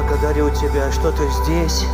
благодарю Тебя, что Ты здесь.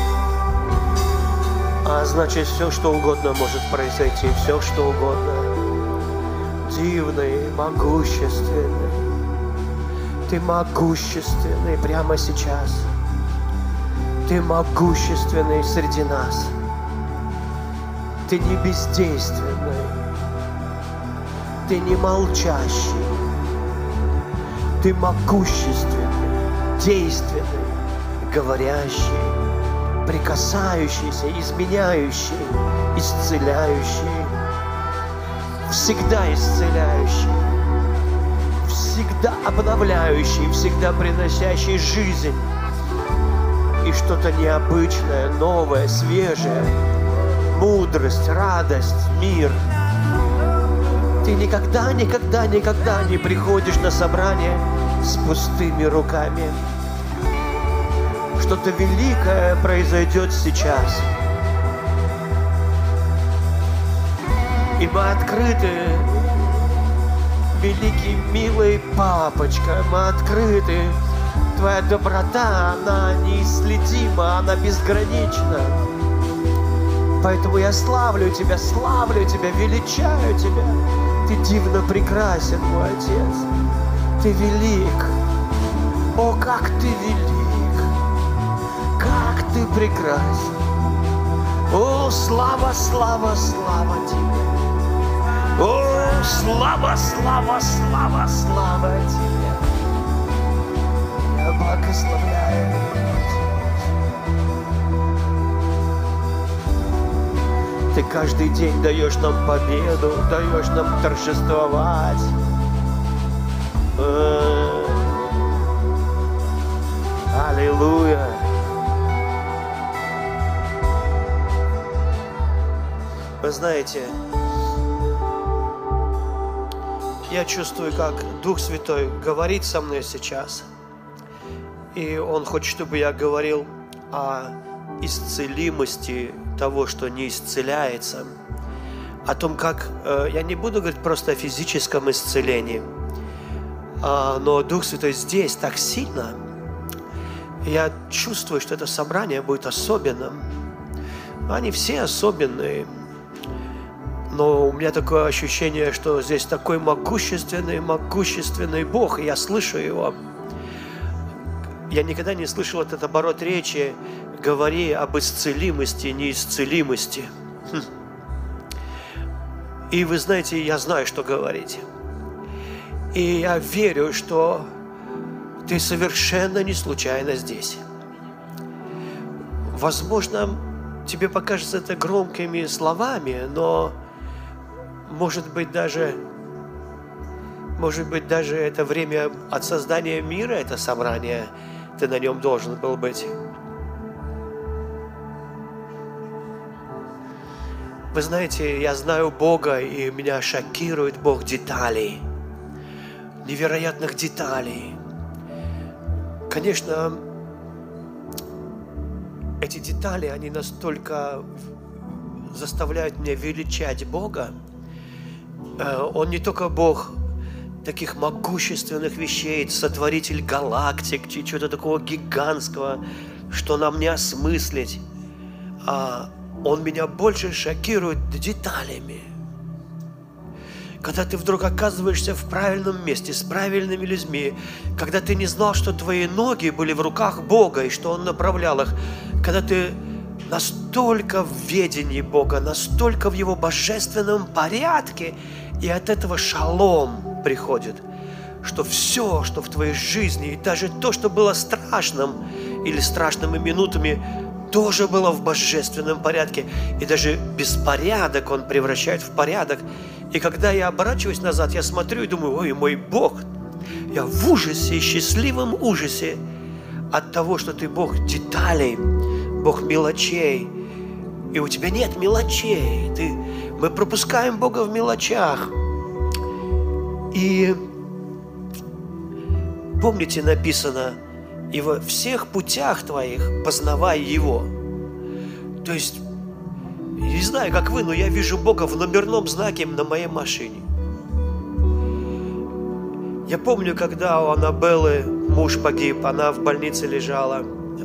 А значит, все, что угодно может произойти, все, что угодно. Дивный, могущественный. Ты могущественный прямо сейчас. Ты могущественный среди нас. Ты не бездейственный. Ты не молчащий. Ты могущественный, действенный, говорящий, прикасающийся, изменяющий, исцеляющий, всегда исцеляющий, всегда обновляющий, всегда приносящий жизнь и что-то необычное, новое, свежее, мудрость, радость, мир. Ты никогда не приходишь на собрание с пустыми руками. Что-то великое произойдет сейчас. И мы открыты, великий, милый папочка, мы открыты. Твоя доброта, она неисследима, она безгранична. Поэтому я славлю Тебя, величаю Тебя. Ты дивно прекрасен, мой Отец. Ты велик. О, как Ты велик. Как Ты прекрасен. О, слава, слава, слава Тебе. О, слава, слава, слава, слава Тебе. Я благословляю Тебя. Ты каждый день даешь нам победу, даешь нам торжествовать. Аллилуйя. Вы знаете, я чувствую, как Дух Святой говорит со мной сейчас. И Он хочет, чтобы я говорил о исцелимости того, что не исцеляется, о том, как... Я не буду говорить просто о физическом исцелении, но Дух Святой здесь так сильно. Я чувствую, что это собрание будет особенным. Они все особенные, но у меня такое ощущение, что здесь такой могущественный Бог, и я слышу Его. Я никогда не слышал этот оборот речи: говори об исцелимости, неисцелимости. И вы знаете, я знаю, что говорить. И я верю, что ты совершенно не случайно здесь. Возможно, тебе покажется это громкими словами, но может быть даже это время от создания мира, это собрание, ты на нем должен был быть. Вы знаете, я знаю Бога, и меня шокирует Бог деталей, невероятных деталей. Конечно, эти детали, они настолько заставляют меня величать Бога. Он не только Бог таких могущественных вещей, сотворитель галактик, чего-то такого гигантского, что нам не осмыслить, Он меня больше шокирует деталями. Когда ты вдруг оказываешься в правильном месте, с правильными людьми, когда ты не знал, что твои ноги были в руках Бога и что Он направлял их, когда ты настолько в ведении Бога, настолько в Его божественном порядке, и от этого шалом приходит, что все, что в твоей жизни, и даже то, что было страшным или страшными минутами, тоже было в божественном порядке. И даже беспорядок Он превращает в порядок. И когда я оборачиваюсь назад, я смотрю и думаю: ой, мой Бог, я в ужасе, счастливом ужасе от того, что Ты Бог деталей, Бог мелочей. И у Тебя нет мелочей. Мы пропускаем Бога в мелочах. И помните, написано: и во всех путях твоих познавай Его. То есть, не знаю, как вы, но я вижу Бога в номерном знаке на моей машине. Я помню, когда у Аннабеллы муж погиб, она в больнице лежала.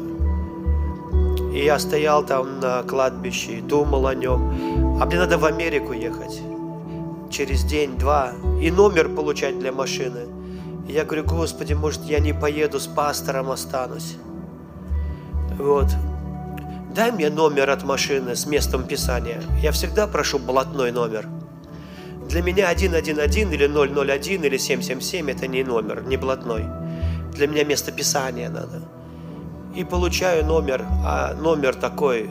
И я стоял там на кладбище, думал о нем. А мне надо в Америку ехать через день-два и номер получать для машины. И я говорю: Господи, может, я не поеду, с пастором останусь. Вот. Дай мне номер от машины с местом писания. Я всегда прошу блатной номер. Для меня 111 или 001 или 777 это не номер, не блатной. Для меня место писания надо. И получаю номер, а номер такой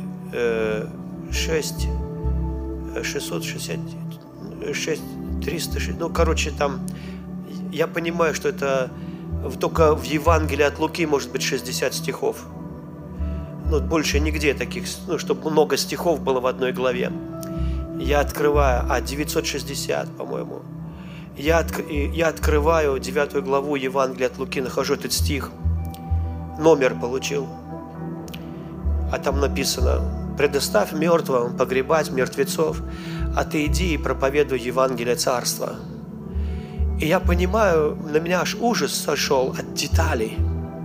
306, ну, короче, там, я понимаю, что это только в Евангелии от Луки может быть 60 стихов. Ну, больше нигде таких, ну, чтобы много стихов было в одной главе. Я открываю, 960, по-моему. Я открываю 9 главу Евангелия от Луки, нахожу этот стих. Номер получил. А там написано: предоставь мертвым погребать мертвецов, а ты иди и проповедуй Евангелие Царства. И я понимаю, на меня аж ужас сошел от деталей.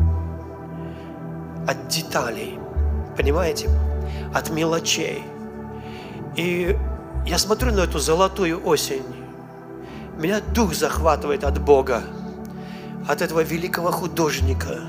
От деталей. Понимаете? От мелочей. И я смотрю на эту золотую осень. Меня дух захватывает от Бога, от этого великого художника.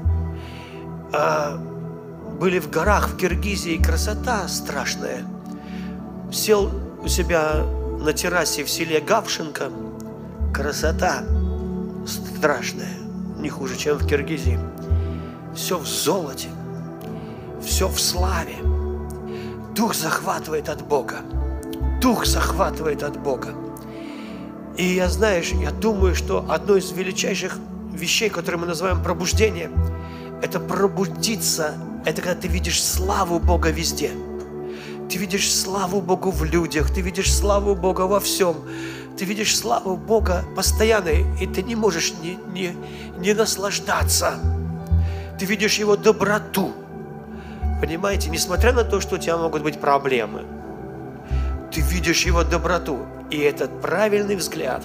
Были в горах в Киргизии, красота страшная. Сел у себя на террасе в селе Гавшинка. Красота страшная, не хуже, чем в Киргизии. Все в золоте, все в славе. Дух захватывает от Бога. Дух захватывает от Бога. И я, знаешь, я думаю, что одно из величайших вещей, которые мы называем пробуждение, это пробудиться. Это когда ты видишь славу Бога везде. Ты видишь славу Бога в людях, ты видишь славу Бога во всем. Ты видишь славу Бога постоянно, и ты не можешь не наслаждаться. Ты видишь Его доброту. Понимаете, несмотря на то, что у тебя могут быть проблемы, ты видишь Его доброту. И этот правильный взгляд,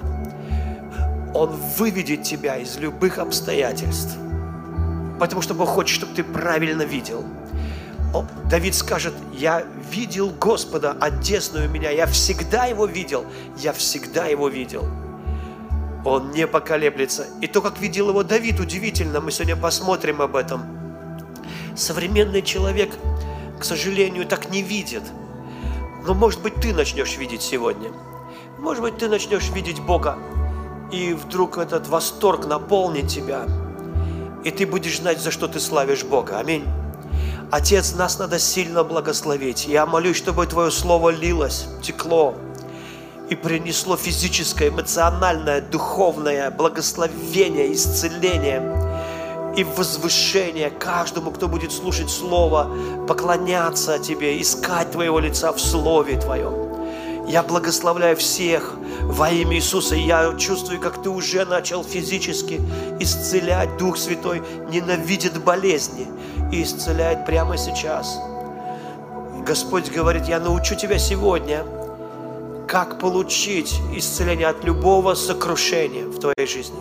он выведет тебя из любых обстоятельств. Потому что Бог хочет, чтобы ты правильно видел. Давид скажет: я видел Господа одесную меня, я всегда Его видел, я всегда Его видел. Он не поколеблется. И то, как видел Его Давид, удивительно, мы сегодня посмотрим об этом. Современный человек, к сожалению, так не видит. Но, может быть, ты начнешь видеть сегодня. Может быть, ты начнешь видеть Бога, и вдруг этот восторг наполнит тебя, и ты будешь знать, за что ты славишь Бога. Аминь. Отец, нас надо сильно благословить. Я молюсь, чтобы Твое Слово лилось, текло и принесло физическое, эмоциональное, духовное благословение, исцеление и возвышение каждому, кто будет слушать Слово, поклоняться Тебе, искать Твоего лица в Слове Твоем. Я благословляю всех во имя Иисуса. Я чувствую, как Ты уже начал физически исцелять. Дух Святой ненавидит болезни и исцеляет прямо сейчас. Господь говорит: я научу тебя сегодня, как получить исцеление от любого сокрушения в твоей жизни.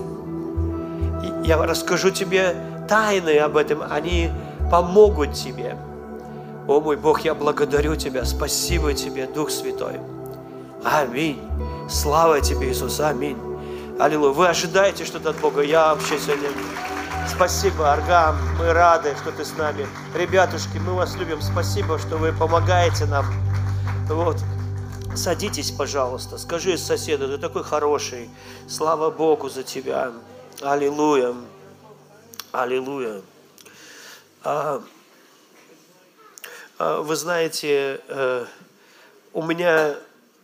Я расскажу тебе тайны об этом, они помогут тебе. О мой Бог, я благодарю Тебя, спасибо Тебе, Дух Святой. Аминь. Слава Тебе, Иисус. Аминь. Аллилуйя. Вы ожидаете что-то от Бога? Я вообще сегодня... Спасибо, Аргам. Мы рады, что ты с нами. Ребятушки, мы вас любим. Спасибо, что вы помогаете нам. Вот. Садитесь, пожалуйста. Скажи соседу: ты такой хороший. Слава Богу за тебя. Аллилуйя. Аллилуйя. Вы знаете, у меня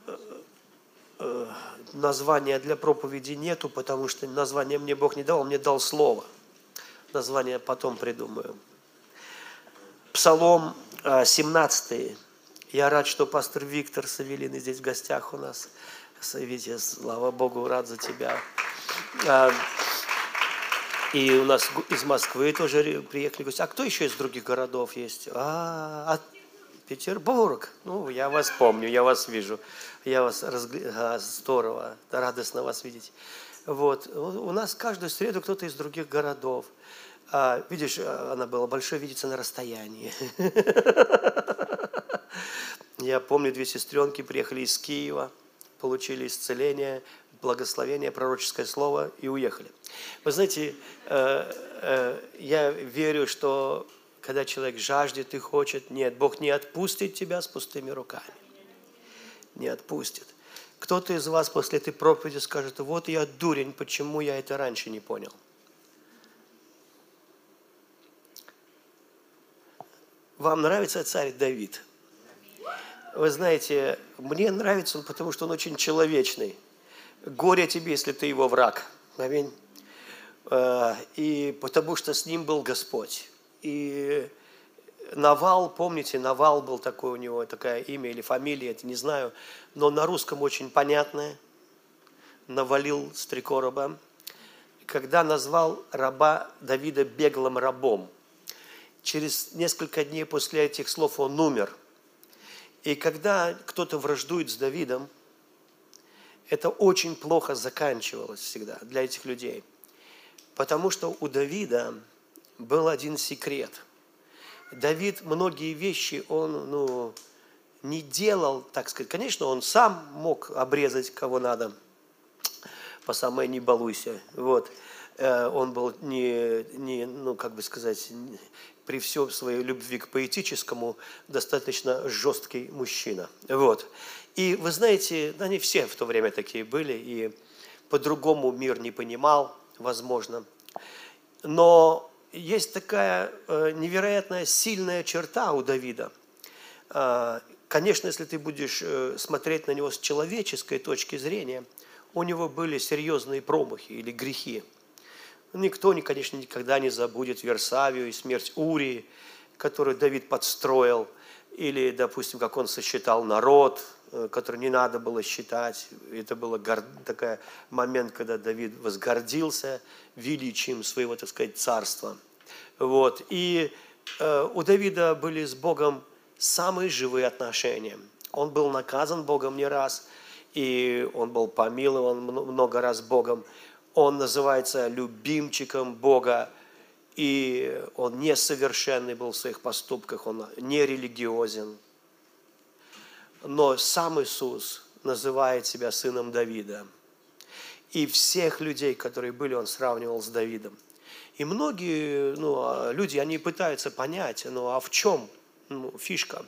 названия для проповеди нету, потому что название мне Бог не дал, Он мне дал слово. Название потом придумаю. Псалом 17. Я рад, что пастор Виктор Савелин здесь в гостях у нас. Витя, слава Богу, рад за тебя. И у нас из Москвы тоже приехали гости. А кто еще из других городов есть? Петербург. Ну, я вас помню, я вас вижу. Я вас здорово, радостно вас видеть. Вот. У нас каждую среду кто-то из других городов. Видишь, она была большой, видится на расстоянии. Я помню, 2 сестренки приехали из Киева, получили исцеление, благословение, пророческое слово и уехали. Вы знаете, я верю, что когда человек жаждет и хочет, нет, Бог не отпустит тебя с пустыми руками. Не отпустит. Кто-то из вас после этой проповеди скажет: вот я дурень, почему я это раньше не понял? Вам нравится царь Давид? Вы знаете, мне нравится он, потому что он очень человечный. Горе тебе, если ты его враг. Аминь. И потому что с ним был Господь. И Навал, помните, Навал был такой у него, такое имя или фамилия, это не знаю, но на русском очень понятное. Навалил с 3 короба. Когда назвал раба Давида беглым рабом, через несколько дней после этих слов он умер. И когда кто-то враждует с Давидом, это очень плохо заканчивалось всегда для этих людей. Потому что у Давида был один секрет. Давид многие вещи он не делал, так сказать. Конечно, он сам мог обрезать кого надо, по самой не балуйся. Вот. Он был при всей своей любви к поэтическому, достаточно жесткий мужчина. Вот. И вы знаете, они все в то время такие были, и по-другому мир не понимал, возможно. Но есть такая невероятная сильная черта у Давида. Конечно, если ты будешь смотреть на него с человеческой точки зрения, у него были серьезные промахи или грехи. Никто, конечно, никогда не забудет Версавию и смерть Урии, которую Давид подстроил, или, допустим, как он сосчитал народ, который не надо было считать. Это был такой момент, когда Давид возгордился величием своего, так сказать, царства. Вот. И у Давида были с Богом самые живые отношения. Он был наказан Богом не раз, и он был помилован много раз Богом. Он называется любимчиком Бога, и он несовершенный был в своих поступках, он не религиозен. Но сам Иисус называет себя сыном Давида. И всех людей, которые были, он сравнивал с Давидом. И многие люди, они пытаются понять, а в чем фишка?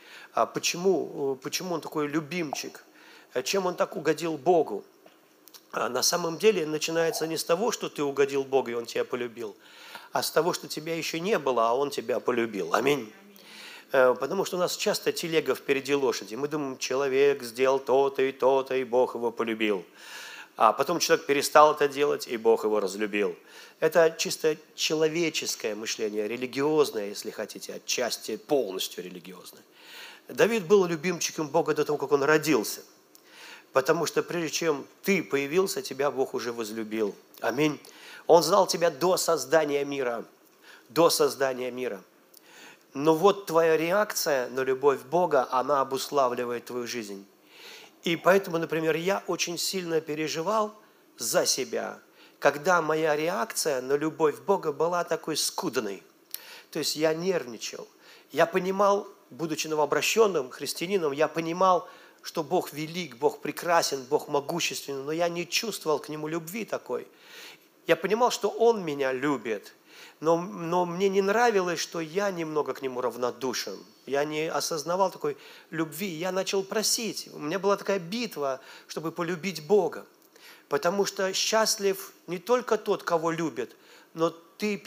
Почему он такой любимчик? Чем он так угодил Богу? На самом деле начинается не с того, что ты угодил Богу, и Он тебя полюбил, а с того, что тебя еще не было, а Он тебя полюбил. Аминь. Потому что у нас часто телега впереди лошади. Мы думаем, человек сделал то-то, и Бог его полюбил. А потом человек перестал это делать, и Бог его разлюбил. Это чисто человеческое мышление, религиозное, если хотите, отчасти полностью религиозное. Давид был любимчиком Бога до того, как он родился. Потому что прежде чем ты появился, тебя Бог уже возлюбил. Аминь. Он знал тебя до создания мира. До создания мира. Но вот твоя реакция на любовь Бога, она обуславливает твою жизнь. И поэтому, например, я очень сильно переживал за себя, когда моя реакция на любовь Бога была такой скудной. То есть я нервничал. Я понимал, будучи новообращенным христианином, я понимал, что Бог велик, Бог прекрасен, Бог могущественный, но я не чувствовал к Нему любви такой. Я понимал, что Он меня любит, но мне не нравилось, что я немного к Нему равнодушен. Я не осознавал такой любви, я начал просить. У меня была такая битва, чтобы полюбить Бога. Потому что счастлив не только тот, кого любит, но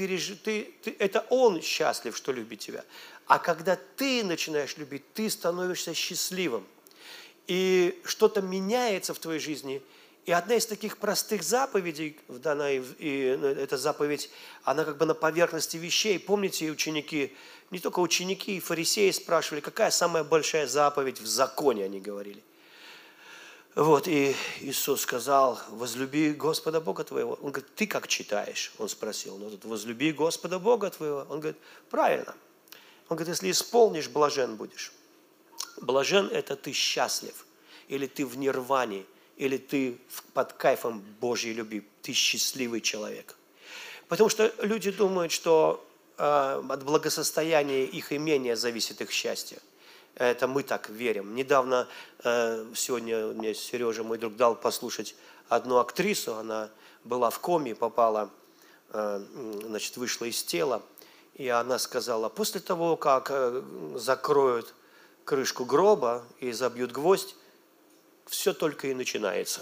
это Он счастлив, что любит тебя. А когда ты начинаешь любить, ты становишься счастливым. И что-то меняется в твоей жизни. И одна из таких простых заповедей, эта заповедь, она как бы на поверхности вещей. Помните, ученики, не только ученики, и фарисеи спрашивали, какая самая большая заповедь в законе, они говорили. Вот, и Иисус сказал, возлюби Господа Бога твоего. Он говорит, ты как читаешь? Он спросил, возлюби Господа Бога твоего. Он говорит, правильно. Он говорит, если исполнишь, блажен будешь. Блажен – это ты счастлив, или ты в нирване, или ты под кайфом Божьей любви, ты счастливый человек. Потому что люди думают, что от благосостояния их имения зависит их счастье. Это мы так верим. Недавно, сегодня мне Сережа, мой друг, дал послушать одну актрису. Она была в коме, попала, значит, вышла из тела. И она сказала, после того, как закроют крышку гроба и забьют гвоздь, все только и начинается.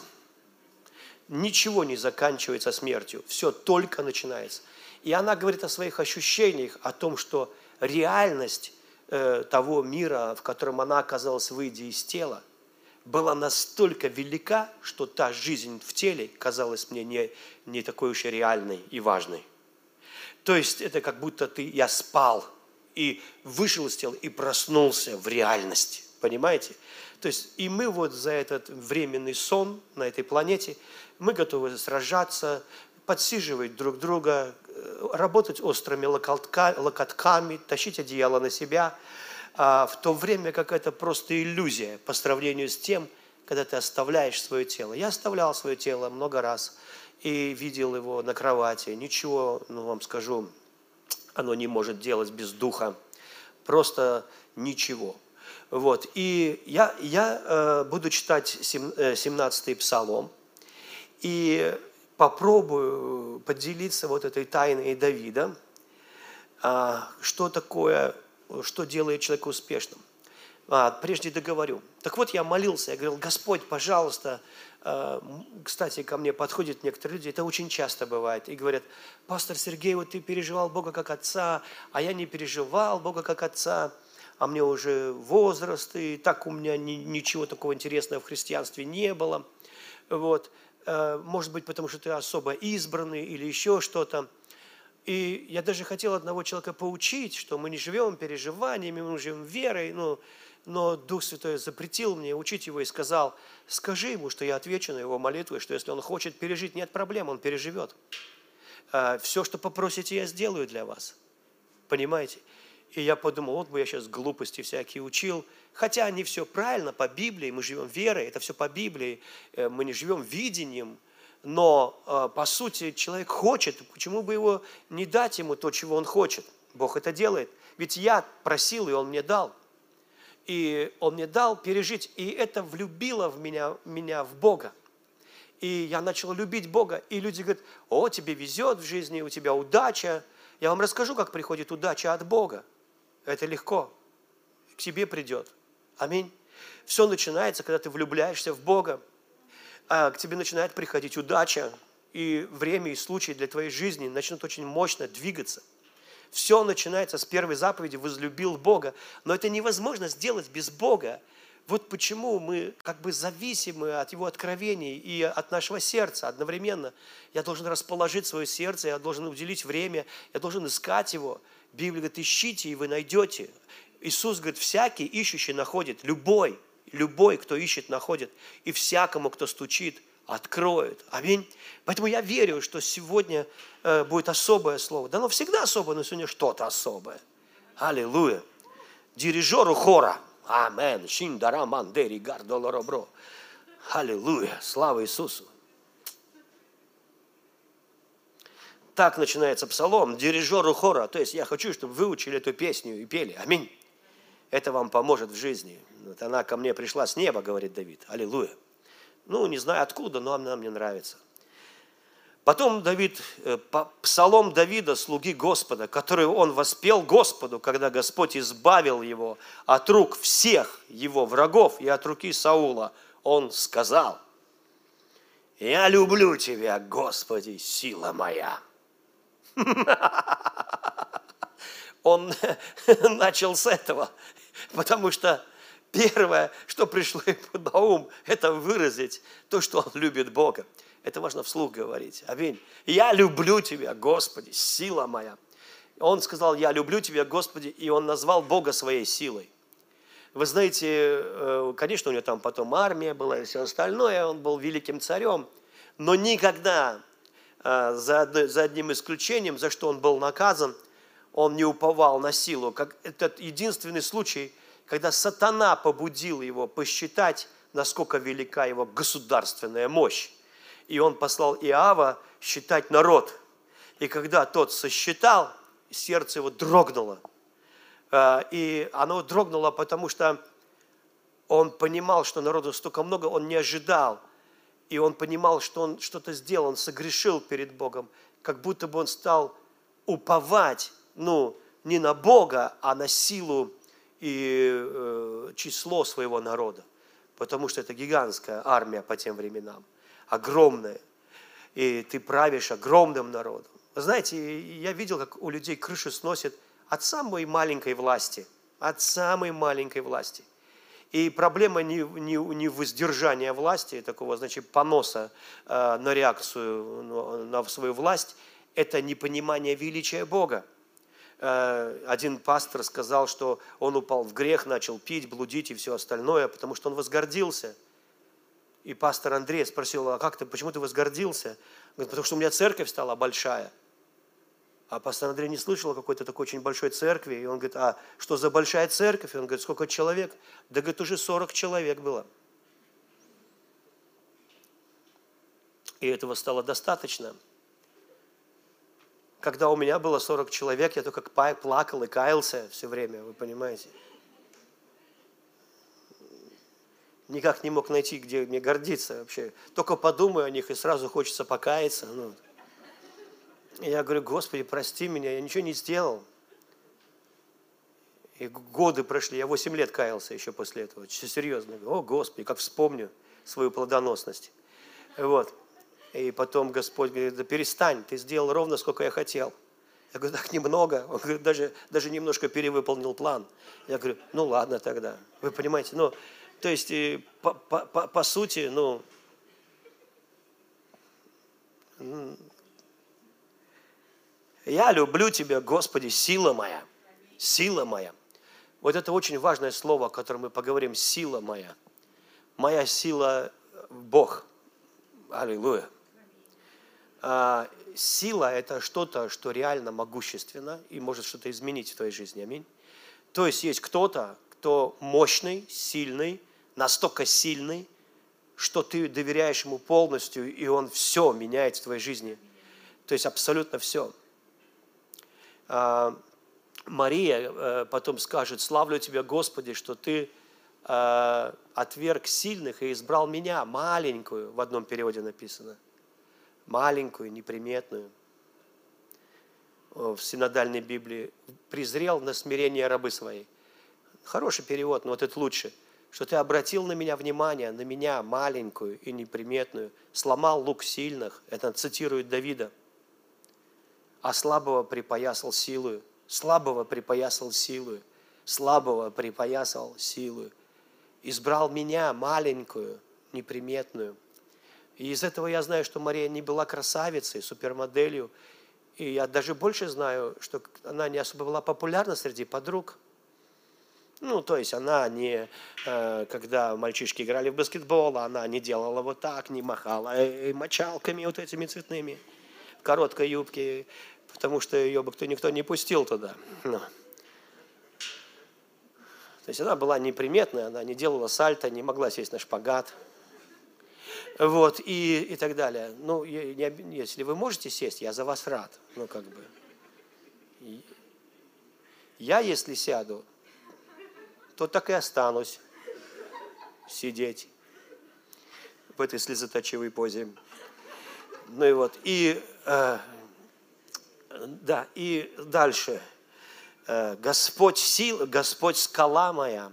Ничего не заканчивается смертью, все только начинается. И она говорит о своих ощущениях, о том, что реальность того мира, в котором она оказалась, выйдя из тела, была настолько велика, что та жизнь в теле казалась мне не такой уж и реальной и важной. То есть это как будто я спал и вышел из тела и проснулся в реальности. Понимаете? То есть и мы вот за этот временный сон на этой планете, мы готовы сражаться, подсиживать друг друга, работать острыми локотками, тащить одеяло на себя, в то время как это просто иллюзия по сравнению с тем, когда ты оставляешь свое тело. Я оставлял свое тело много раз и видел его на кровати. Ничего, вам скажу, оно не может делать без духа. Просто ничего. Вот. И я буду читать 17-й псалом и попробую поделиться вот этой тайной Давида, что такое, что делает человека успешным. Прежде договорю. Так вот, я молился, я говорил, Господь, пожалуйста, кстати, ко мне подходят некоторые люди, это очень часто бывает, и говорят, пастор Сергей, вот ты переживал Бога как Отца, а я не переживал Бога как Отца, а мне уже возраст, и так у меня ничего такого интересного в христианстве не было. Вот. Может быть, потому что ты особо избранный или еще что-то. И я даже хотел одного человека поучить, что мы не живем переживаниями, мы живем верой, но Дух Святой запретил мне учить его и сказал, скажи ему, что я отвечу на его молитву, и что если он хочет пережить, нет проблем, он переживет. Все, что попросите, я сделаю для вас. Понимаете? И я подумал, вот бы я сейчас глупости всякие учил, хотя не все правильно по Библии, мы живем верой, это все по Библии, мы не живем видением, но по сути человек хочет, почему бы его не дать ему то, чего он хочет? Бог это делает. Ведь я просил, и Он мне дал. И Он мне дал пережить, и это влюбило в меня в Бога. И я начал любить Бога, и люди говорят, о, тебе везет в жизни, у тебя удача. Я вам расскажу, как приходит удача от Бога. Это легко. К тебе придет. Аминь. Все начинается, когда ты влюбляешься в Бога. К тебе начинает приходить удача. И время и случай для твоей жизни начнут очень мощно двигаться. Все начинается с первой заповеди «возлюбил Бога». Но это невозможно сделать без Бога. Вот почему мы как бы зависимы от Его откровений и от нашего сердца одновременно. Я должен расположить свое сердце, я должен уделить время, я должен искать Его. Библия говорит, ищите, и вы найдете. Иисус говорит, всякий ищущий находит, любой, кто ищет, находит. И всякому, кто стучит, откроет. Аминь. Поэтому я верю, что сегодня будет особое слово. Да оно всегда особое, но сегодня что-то особое. Аллилуйя. Дирижеру хора. Амен. Шиндара мандери гардолоробро. Аллилуйя. Слава Иисусу. Так начинается псалом. Дирижеру хора. То есть я хочу, чтобы вы учили эту песню и пели. Аминь. Это вам поможет в жизни. Вот она ко мне пришла с неба, говорит Давид. Аллилуйя. Не знаю откуда, но она мне нравится. Потом псалом Давида, слуги Господа, который он воспел Господу, когда Господь избавил его от рук всех его врагов и от руки Саула. Он сказал, «Я люблю Тебя, Господи, сила моя». Он начал с этого, потому что первое, что пришло ему на ум, это выразить то, что он любит Бога. Это важно вслух говорить. Аминь. Я люблю Тебя, Господи, сила моя. Он сказал, я люблю Тебя, Господи, и он назвал Бога своей силой. Вы знаете, конечно, у него там потом армия была и все остальное, он был великим царем, но никогда, за одним исключением, за что он был наказан, он не уповал на силу. Это единственный случай, когда сатана побудил его посчитать насколько велика его государственная мощь. И он послал Иова считать народ. И когда тот сосчитал, сердце его дрогнуло. И оно дрогнуло, потому что он понимал, что народу столько много, он не ожидал. И он понимал, что он что-то сделал, он согрешил перед Богом, как будто бы он стал уповать, не на Бога, а на силу и число своего народа. Потому что это гигантская армия по тем временам, огромная. И ты правишь огромным народом. Вы знаете, я видел, как у людей крышу сносит от самой маленькой власти. От самой маленькой власти. И проблема не воздержания власти, такого, значит, поноса на реакцию на свою власть, это непонимание величия Бога. Один пастор сказал, что он упал в грех, начал пить, блудить и все остальное, потому что он возгордился. И пастор Андрей спросил: а почему ты возгордился? Он говорит: потому что у меня церковь стала большая. А пастор Андрей не слышал о какой-то такой очень большой церкви. И он говорит: а что за большая церковь? И он говорит: сколько человек? Да, говорит, уже 40 человек было. И этого стало достаточно. Когда у меня было 40 человек, я только плакал и каялся все время, вы понимаете. Никак не мог найти, где мне гордиться вообще. Только подумаю о них, и сразу хочется покаяться. И я говорю: Господи, прости меня, я ничего не сделал. И годы прошли, я 8 лет каялся еще после этого. Серьезно. О, Господи, как вспомню свою плодоносность. Вот. И потом Господь говорит: да перестань, ты сделал ровно, сколько я хотел. Я говорю: так немного. Он говорит: даже немножко перевыполнил план. Я говорю: ну ладно тогда. Вы понимаете, то есть, по сути, я люблю Тебя, Господи, сила моя. Сила моя. Вот это очень важное слово, о котором мы поговорим. Сила моя. Моя сила – Бог. Аллилуйя. Сила – это что-то, что реально могущественно и может что-то изменить в твоей жизни. Аминь. То есть есть кто-то, кто мощный, сильный, настолько сильный, что ты доверяешь ему полностью, и он все меняет в твоей жизни. То есть абсолютно все. Мария потом скажет: славлю Тебя, Господи, что Ты отверг сильных и избрал меня, маленькую, в одном переводе написано, маленькую, неприметную. В синодальной Библии: презрел на смирение рабы своей. Хороший перевод, но вот это лучше. Что Ты обратил на меня внимание, на меня, маленькую и неприметную, сломал лук сильных, это цитирует Давида, а слабого припоясал силою. Слабого припоясал силою. Слабого припоясал силою. Избрал меня, маленькую, неприметную. И из этого я знаю, что Мария не была красавицей, супермоделью. И я даже больше знаю, что она не особо была популярна среди подруг. То есть она не, когда мальчишки играли в баскетбол, она не делала вот так, не махала мочалками вот этими цветными, в короткой юбке, потому что ее бы никто не пустил туда. То есть она была неприметная, она не делала сальто, не могла сесть на шпагат. Вот, и так далее. Если вы можете сесть, я за вас рад. Я, если сяду, то так и останусь сидеть в этой слезоточивой позе. И дальше. Господь сила, Господь скала моя,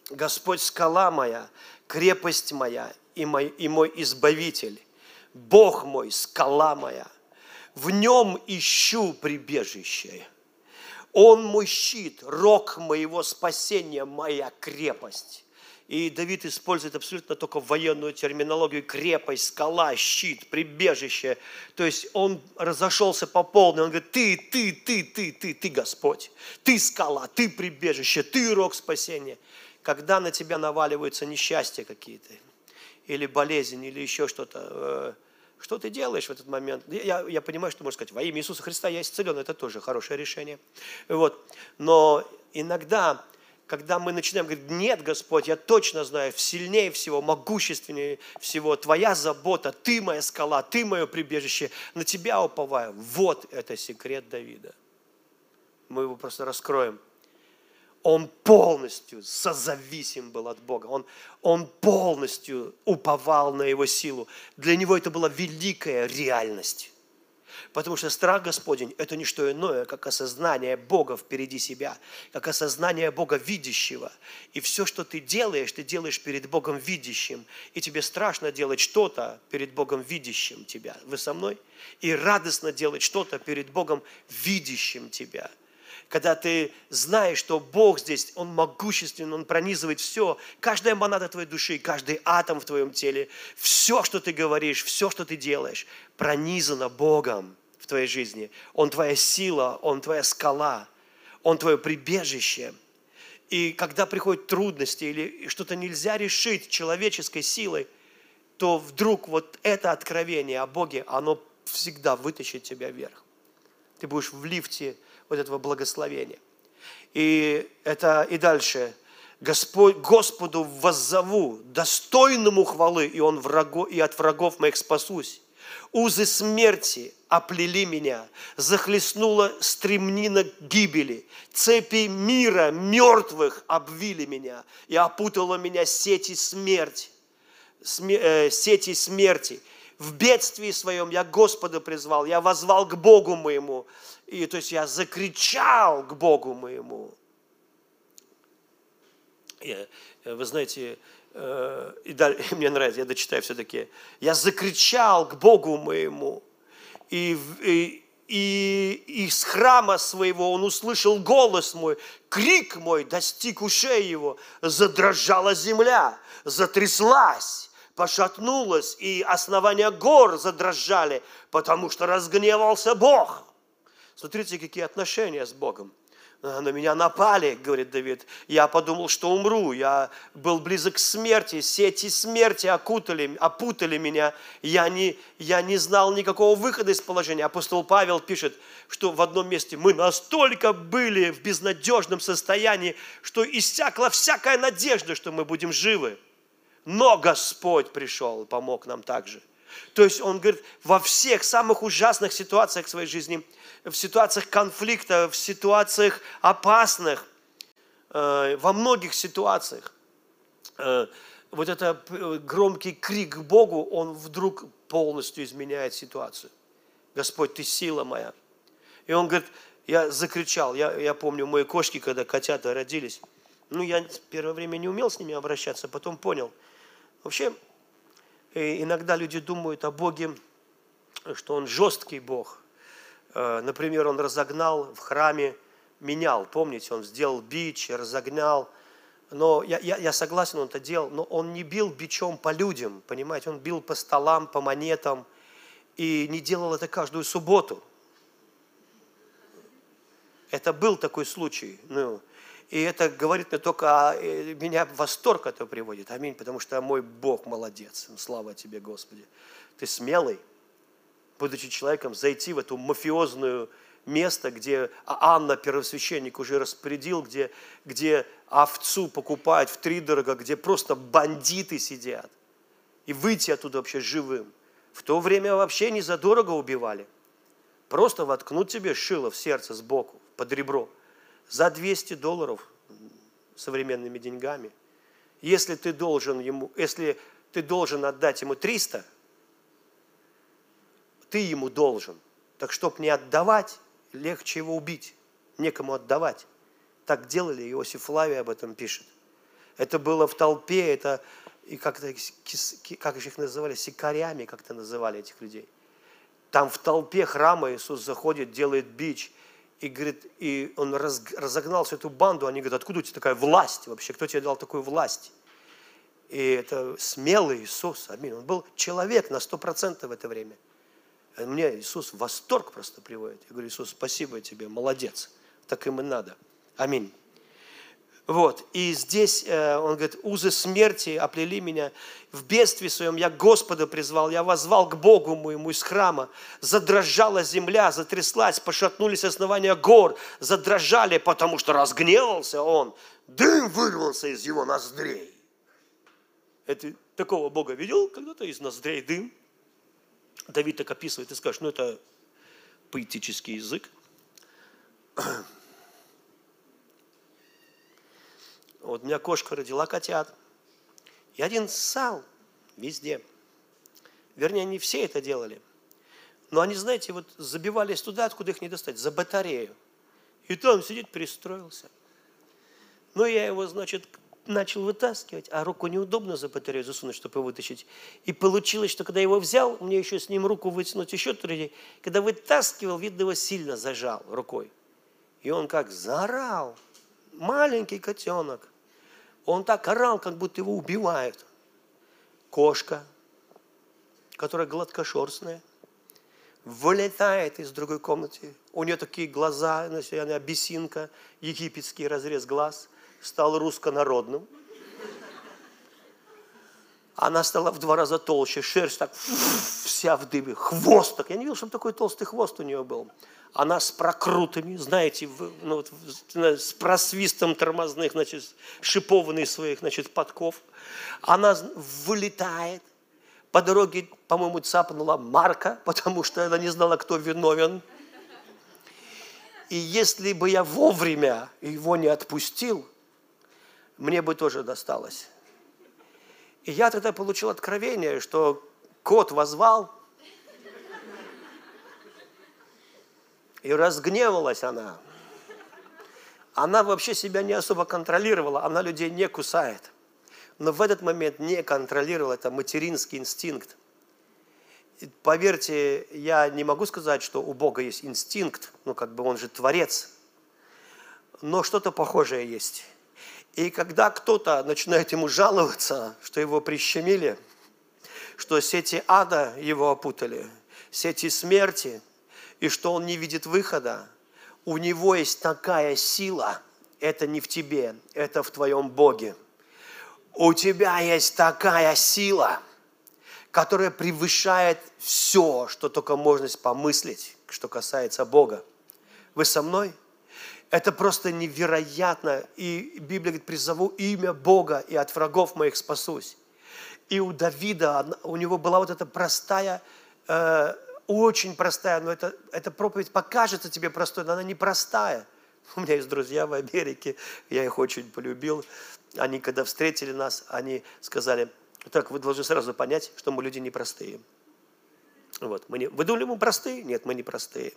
крепость моя и мой избавитель, Бог мой, скала моя, в нем ищу прибежище. Он мой щит, рог моего спасения, моя крепость. И Давид использует абсолютно только военную терминологию: крепость, скала, щит, прибежище. То есть он разошелся по полной. Он говорит: ты, Господь, ты скала, ты прибежище, ты рог спасения. Когда на тебя наваливаются несчастья какие-то, или болезнь, или еще что-то, что ты делаешь в этот момент? Я понимаю, что можно сказать: во имя Иисуса Христа я исцелен. Это тоже хорошее решение. Но иногда когда мы начинаем говорить: нет, Господь, я точно знаю, сильнее всего, могущественнее всего, Твоя забота, Ты моя скала, Ты мое прибежище, на Тебя уповаю. Вот это секрет Давида. Мы его просто раскроем. Он полностью созависим был от Бога. Он полностью уповал на Его силу. Для него это была великая реальность. Потому что страх Господень – это не что иное, как осознание Бога впереди себя, как осознание Бога видящего. И все, что ты делаешь перед Богом видящим. И тебе страшно делать что-то перед Богом видящим тебя. Вы со мной? И радостно делать что-то перед Богом видящим тебя. Когда ты знаешь, что Бог здесь, Он могущественный, Он пронизывает все, каждая монада твоей души, каждый атом в твоем теле, все, что ты говоришь, все, что ты делаешь, пронизано Богом в твоей жизни. Он твоя сила, Он твоя скала, Он твое прибежище. И когда приходят трудности или что-то нельзя решить человеческой силой, то вдруг вот это откровение о Боге, оно всегда вытащит тебя вверх. Ты будешь в лифте вот этого благословения. И дальше. Господу воззову, достойному хвалы, и от врагов моих спасусь. Узы смерти оплели меня, захлестнула стремнина гибели, цепи мира мертвых обвили меня, и опутала меня сети смерти. В бедствии своем я Господа призвал, я воззвал к Богу моему, и то есть я закричал к Богу моему. Вы знаете, мне нравится, я дочитаю все-таки. Я закричал к Богу моему, и из храма своего Он услышал голос мой, крик мой достиг ушей его, задрожала земля, затряслась, пошатнулась, и основания гор задрожали, потому что разгневался Бог. Смотрите, какие отношения с Богом. На меня напали, говорит Давид. Я подумал, что умру. Я был близок к смерти. Сети смерти опутали меня. Я не знал никакого выхода из положения. Апостол Павел пишет, что в одном месте мы настолько были в безнадежном состоянии, что иссякла всякая надежда, что мы будем живы. Но Господь пришел и помог нам также. То есть он говорит, во всех самых ужасных ситуациях в своей жизни, в ситуациях конфликта, в ситуациях опасных, во многих ситуациях, вот этот громкий крик к Богу, он вдруг полностью изменяет ситуацию. Господь, Ты сила моя. И он говорит, я закричал, я помню, мои кошки, когда котята родились, я первое время не умел с ними обращаться, потом понял. Вообще, иногда люди думают о Боге, что Он жесткий Бог. Например, Он разогнал в храме, менял, помните, Он сделал бич, разогнал. Но я согласен, Он это делал, но Он не бил бичом по людям, понимаете, Он бил по столам, по монетам, и не делал это каждую субботу. Это был такой случай. И это говорит мне только, меня в восторг это приводит. Аминь, потому что мой Бог молодец. Слава Тебе, Господи. Ты смелый, будучи человеком, зайти в эту мафиозную место, где Анна, первосвященник, уже распорядил, где овцу покупают втридорого, где просто бандиты сидят. И выйти оттуда вообще живым. В то время вообще не задорого убивали. Просто воткнуть тебе шило в сердце сбоку, под ребро. За $200 современными деньгами. Если ты должен отдать ему 300, ты ему должен. Так чтоб не отдавать, легче его убить. Некому отдавать. Так делали, Иосиф Флавий об этом пишет. Это было в толпе, как же их называли, сикарями как-то называли этих людей. Там в толпе храма Иисус заходит, делает бич. И, говорит, и он разогнал всю эту банду. Они говорят, откуда у тебя такая власть вообще? Кто тебе дал такую власть? И это смелый Иисус. Аминь. Он был человек на 100% в это время. Мне Иисус в восторг просто приводит. Я говорю, Иисус, спасибо тебе, молодец. Так им и надо. Аминь. Вот. И здесь он говорит, узы смерти оплели меня. В бедствии своем я Господа призвал, я воззвал к Богу моему из храма. Задрожала земля, затряслась, пошатнулись основания гор, задрожали, потому что разгневался он. Дым вырвался из его ноздрей. Это такого Бога видел когда-то из ноздрей дым? Давид так описывает, и скажешь, это поэтический язык. Вот у меня кошка родила котят. И один ссал везде. Вернее, не все это делали. Но они, знаете, вот забивались туда, откуда их не достать, за батарею. И там сидит, пристроился. Ну, я его, значит, начал вытаскивать, а руку неудобно за батарею засунуть, чтобы его вытащить. И получилось, что когда я его взял, мне еще с ним руку вытянуть еще труднее. Когда вытаскивал, видно, его сильно зажал рукой. И он как заорал. Маленький котенок. Он так орал, как будто его убивают. Кошка, которая гладкошерстная, вылетает из другой комнаты. У нее такие глаза, она бесинка, египетский разрез глаз, стал русско-народным. Она стала в 2 раза толще, шерсть так вся в дыбе, хвост так. Я не видел, чтобы такой толстый хвост у нее был. Она с прокрутами, знаете, с просвистом тормозных, значит, шипованных своих, значит, подков. Она вылетает. По дороге, по-моему, цапнула Марка, потому что она не знала, кто виновен. И если бы я вовремя его не отпустил, мне бы тоже досталось. И я тогда получил откровение, что кот воззвал, и разгневалась она. Она вообще себя не особо контролировала, она людей не кусает. Но в этот момент не контролировала, это материнский инстинкт. И поверьте, я не могу сказать, что у Бога есть инстинкт, он же творец. Но что-то похожее есть. И когда кто-то начинает ему жаловаться, что его прищемили, что сети ада его опутали, сети смерти, и что он не видит выхода, у него есть такая сила, это не в тебе, это в твоем Боге. У тебя есть такая сила, которая превышает все, что только можно помыслить, что касается Бога. Вы со мной? Это просто невероятно. И Библия говорит, призову имя Бога, и от врагов моих спасусь. И у Давида, у него была вот эта простая, очень простая, но эта проповедь покажется тебе простой, но она непростая. У меня есть друзья в Америке, я их очень полюбил. Они, когда встретили нас, они сказали, так, вы должны сразу понять, что мы люди непростые. Вот, вы думали, мы простые? Нет, мы не простые.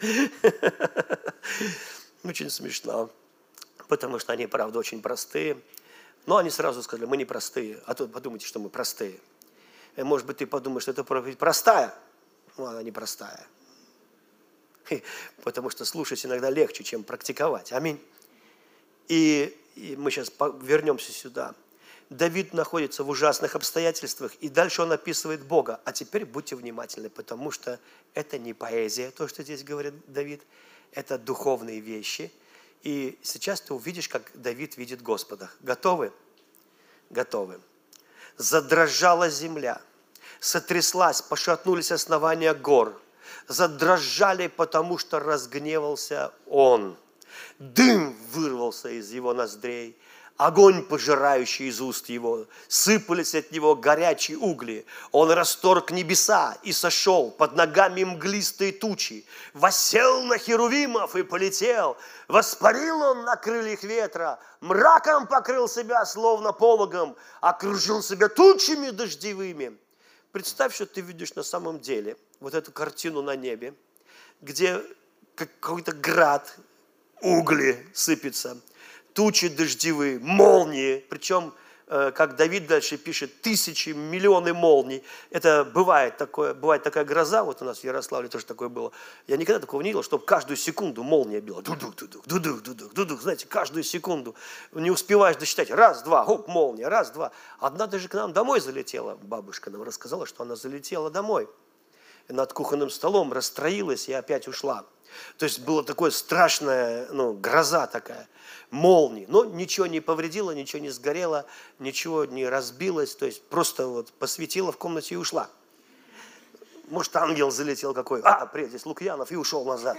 Очень смешно, потому что они, правда, очень простые. Но они сразу сказали, мы не простые, а то подумайте, что мы простые. И, может быть, ты подумаешь, что эта проповедь простая. Но она непростая. Потому что слушать иногда легче, чем практиковать. Аминь. И мы сейчас вернемся сюда. Давид находится в ужасных обстоятельствах, и дальше он описывает Бога. А теперь будьте внимательны, потому что это не поэзия, то, что здесь говорит Давид, это духовные вещи. И сейчас ты увидишь, как Давид видит Господа. Готовы? Готовы. Задрожала земля. Сотряслась, пошатнулись основания гор. Задрожали, потому что разгневался он. Дым вырвался из его ноздрей. Огонь, пожирающий из уст его. Сыпались от него горячие угли. Он расторг небеса и сошел. Под ногами мглистые тучи. Воссел на херувимов и полетел. Воспарил он на крыльях ветра. Мраком покрыл себя, словно пологом. Окружил себя тучами дождевыми. Представь, что ты видишь на самом деле вот эту картину на небе, где какой-то град, угли сыпется, тучи дождевые, молнии, причем, как Давид дальше пишет, тысячи, миллионы молний. Это бывает такая гроза, вот у нас в Ярославле тоже такое было. Я никогда такого не видел, чтобы каждую секунду молния била. Дудух, дудух, дудух, дудух, дудух, знаете, каждую секунду. Не успеваешь досчитать. Раз, два, хоп, молния, раз, два. Одна даже к нам домой залетела. Бабушка нам рассказала, что она залетела домой. Над кухонным столом расстроилась и опять ушла. То есть была такая страшная, гроза такая, молния. Но ничего не повредило, ничего не сгорело, ничего не разбилось. То есть просто вот посветила в комнате и ушла. Может, ангел залетел какой. Привет, здесь Лукьянов, и ушел назад.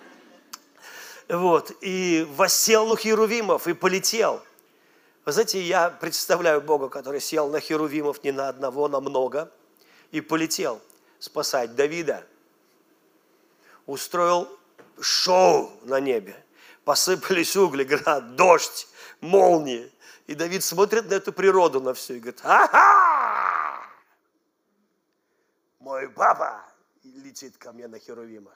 Вот, и воссел на херувимов и полетел. Вы знаете, я представляю Бога, который сел на херувимов не на одного, на много, и полетел спасать Давида. Устроил шоу на небе. Посыпались угли, град, дождь, молнии. И Давид смотрит на эту природу, на все, и говорит: ага! Мой папа летит ко мне на херувимах.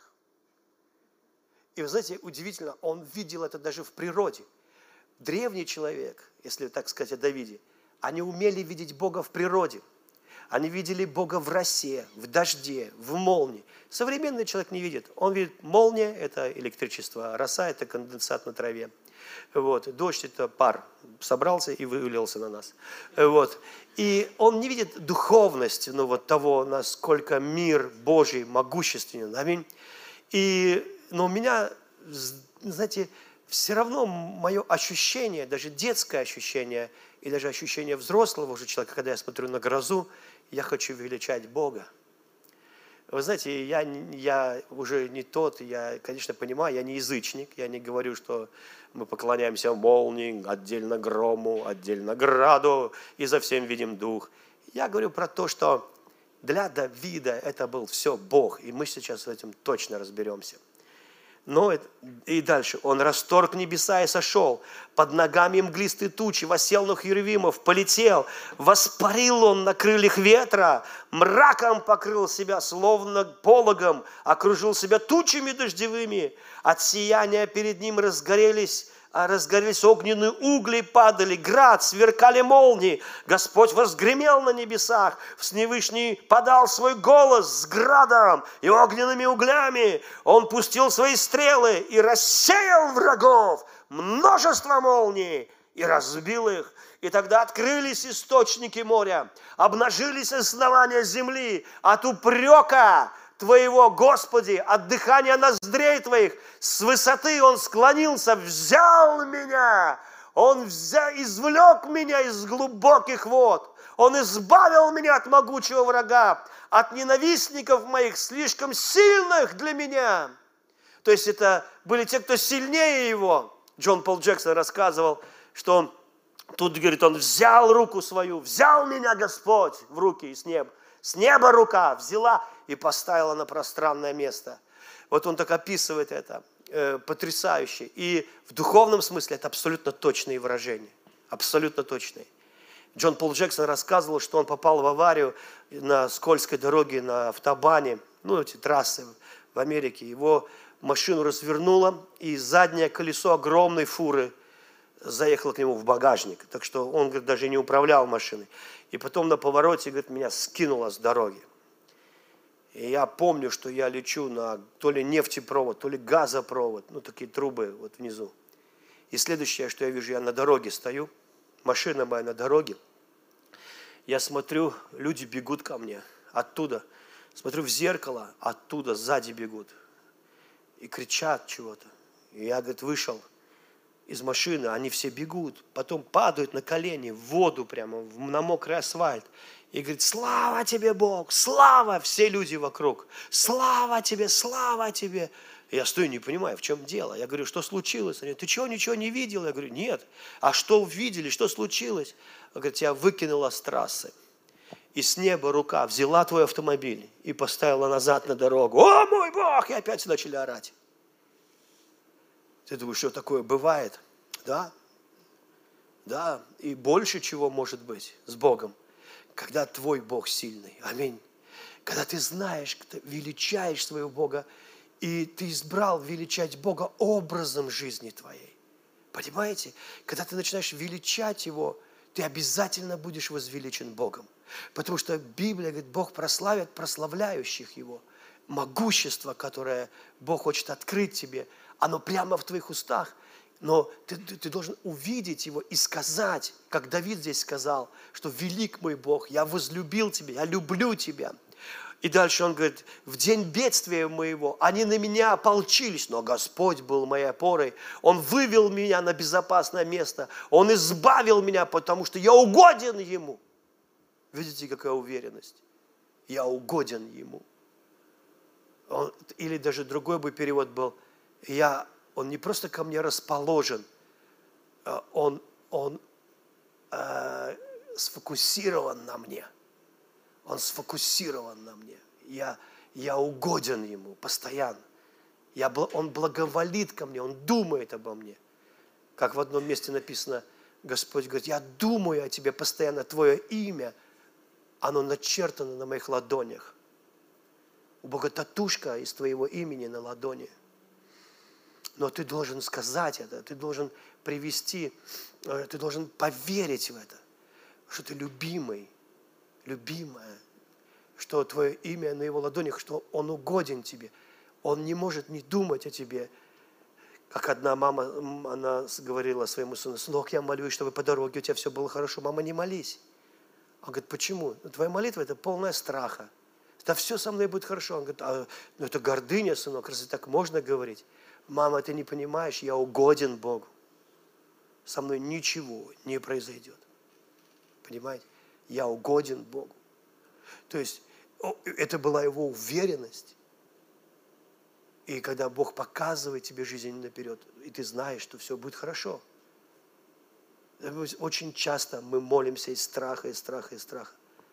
И вы знаете, удивительно, он видел это даже в природе. Древний человек, если так сказать о Давиде, они умели видеть Бога в природе. Они видели Бога в росе, в дожде, в молнии. Современный человек не видит. Он видит, молния – это электричество, роса – это конденсат на траве. Вот. Дождь – это пар, собрался и вылился на нас. Вот. И он не видит духовность того, насколько мир Божий могущественен. Аминь. Но у меня, знаете, все равно мое ощущение, даже детское ощущение, и даже ощущение взрослого уже человека, когда я смотрю на грозу, я хочу величать Бога. Вы знаете, я уже не тот, я, конечно, понимаю, я не язычник, я не говорю, что мы поклоняемся молнии, отдельно грому, отдельно граду, и за всем видим дух. Я говорю про то, что для Давида это был все Бог, и мы сейчас с этим точно разберемся. И дальше. Он расторг небеса и сошел. Под ногами мглистые тучи, воссел на херувимов, полетел. Воспарил он на крыльях ветра, мраком покрыл себя, словно пологом, окружил себя тучами дождевыми. От сияния перед ним разгорелись огненные угли, падали, град, сверкали молнии. Господь возгремел на небесах, Всевышний подал свой голос с градом и огненными углями. Он пустил свои стрелы и рассеял врагов, множество молний, и разбил их. И тогда открылись источники моря, обнажились основания земли от упрека Твоего, Господи, от дыхания ноздрей Твоих. С высоты Он склонился, взял меня. Он извлек меня из глубоких вод. Он избавил меня от могучего врага, от ненавистников моих, слишком сильных для меня. То есть это были те, кто сильнее его. Джон Пол Джексон рассказывал, что он тут, говорит, он взял руку свою, взял меня Господь в руки и с неба. С неба рука взяла и поставила на пространное место. Вот он так описывает это, потрясающе. И в духовном смысле это абсолютно точные выражения. Абсолютно точные. Джон Пол Джексон рассказывал, что он попал в аварию на скользкой дороге на автобане, эти трассы в Америке. Его машину развернуло, и заднее колесо огромной фуры заехало к нему в багажник. Так что он, говорит, даже не управлял машиной. И потом на повороте, говорит, меня скинуло с дороги. И я помню, что я лечу на то ли нефтепровод, то ли газопровод, такие трубы вот внизу. И следующее, что я вижу, я на дороге стою, машина моя на дороге. Я смотрю, люди бегут ко мне оттуда. Смотрю в зеркало, оттуда сзади бегут. И кричат чего-то. И я, говорит, вышел из машины, они все бегут, потом падают на колени в воду прямо, на мокрый асфальт. И говорит, слава тебе, Бог, слава, все люди вокруг, слава тебе, слава тебе. И я стою, не понимаю, в чем дело. Я говорю, что случилось? Они говорят, ты чего, ничего не видел? Я говорю, нет. А что увидели, что случилось? Он говорит, тебя выкинуло с трассы. И с неба рука взяла твой автомобиль и поставила назад на дорогу. О, мой Бог! И опять начали орать. Ты думаешь, что такое бывает? Да. Да. И больше чего может быть с Богом, когда твой Бог сильный. Аминь. Когда ты знаешь, ты величаешь своего Бога, и ты избрал величать Бога образом жизни твоей. Понимаете? Когда ты начинаешь величать Его, ты обязательно будешь возвеличен Богом. Потому что Библия говорит, Бог прославит прославляющих Его. Могущество, которое Бог хочет открыть тебе, оно прямо в твоих устах. Но ты должен увидеть Его и сказать, как Давид здесь сказал, что велик мой Бог, я возлюбил тебя, я люблю тебя. И дальше он говорит, в день бедствия моего они на меня ополчились, но Господь был моей опорой. Он вывел меня на безопасное место. Он избавил меня, потому что я угоден Ему. Видите, какая уверенность? Я угоден Ему. Или даже другой бы перевод был, он не просто ко мне расположен, он сфокусирован на мне. Он сфокусирован на мне. Я угоден Ему постоянно. Он благоволит ко мне, Он думает обо мне. Как в одном месте написано, Господь говорит, я думаю о Тебе постоянно, Твое имя, оно начертано на моих ладонях. У Бога татушка из Твоего имени на ладони. Но ты должен сказать это, ты должен привести, ты должен поверить в это, что ты любимый, любимая, что Твое имя на Его ладонях, что Он угоден Тебе. Он не может не думать о Тебе. Как одна мама, она говорила своему сыну, сынок, я молюсь, чтобы по дороге у тебя все было хорошо. Мама, не молись. Он говорит, почему? Твоя молитва – это полная страха. Да все со мной будет хорошо. Он говорит, это гордыня, сынок, разве так можно говорить? Мама, ты не понимаешь, я угоден Богу. Со мной ничего не произойдет. Понимаете? Я угоден Богу. То есть, это была его уверенность. И когда Бог показывает тебе жизнь наперед, и ты знаешь, что все будет хорошо. Очень часто мы молимся из страха, из страха, из страха.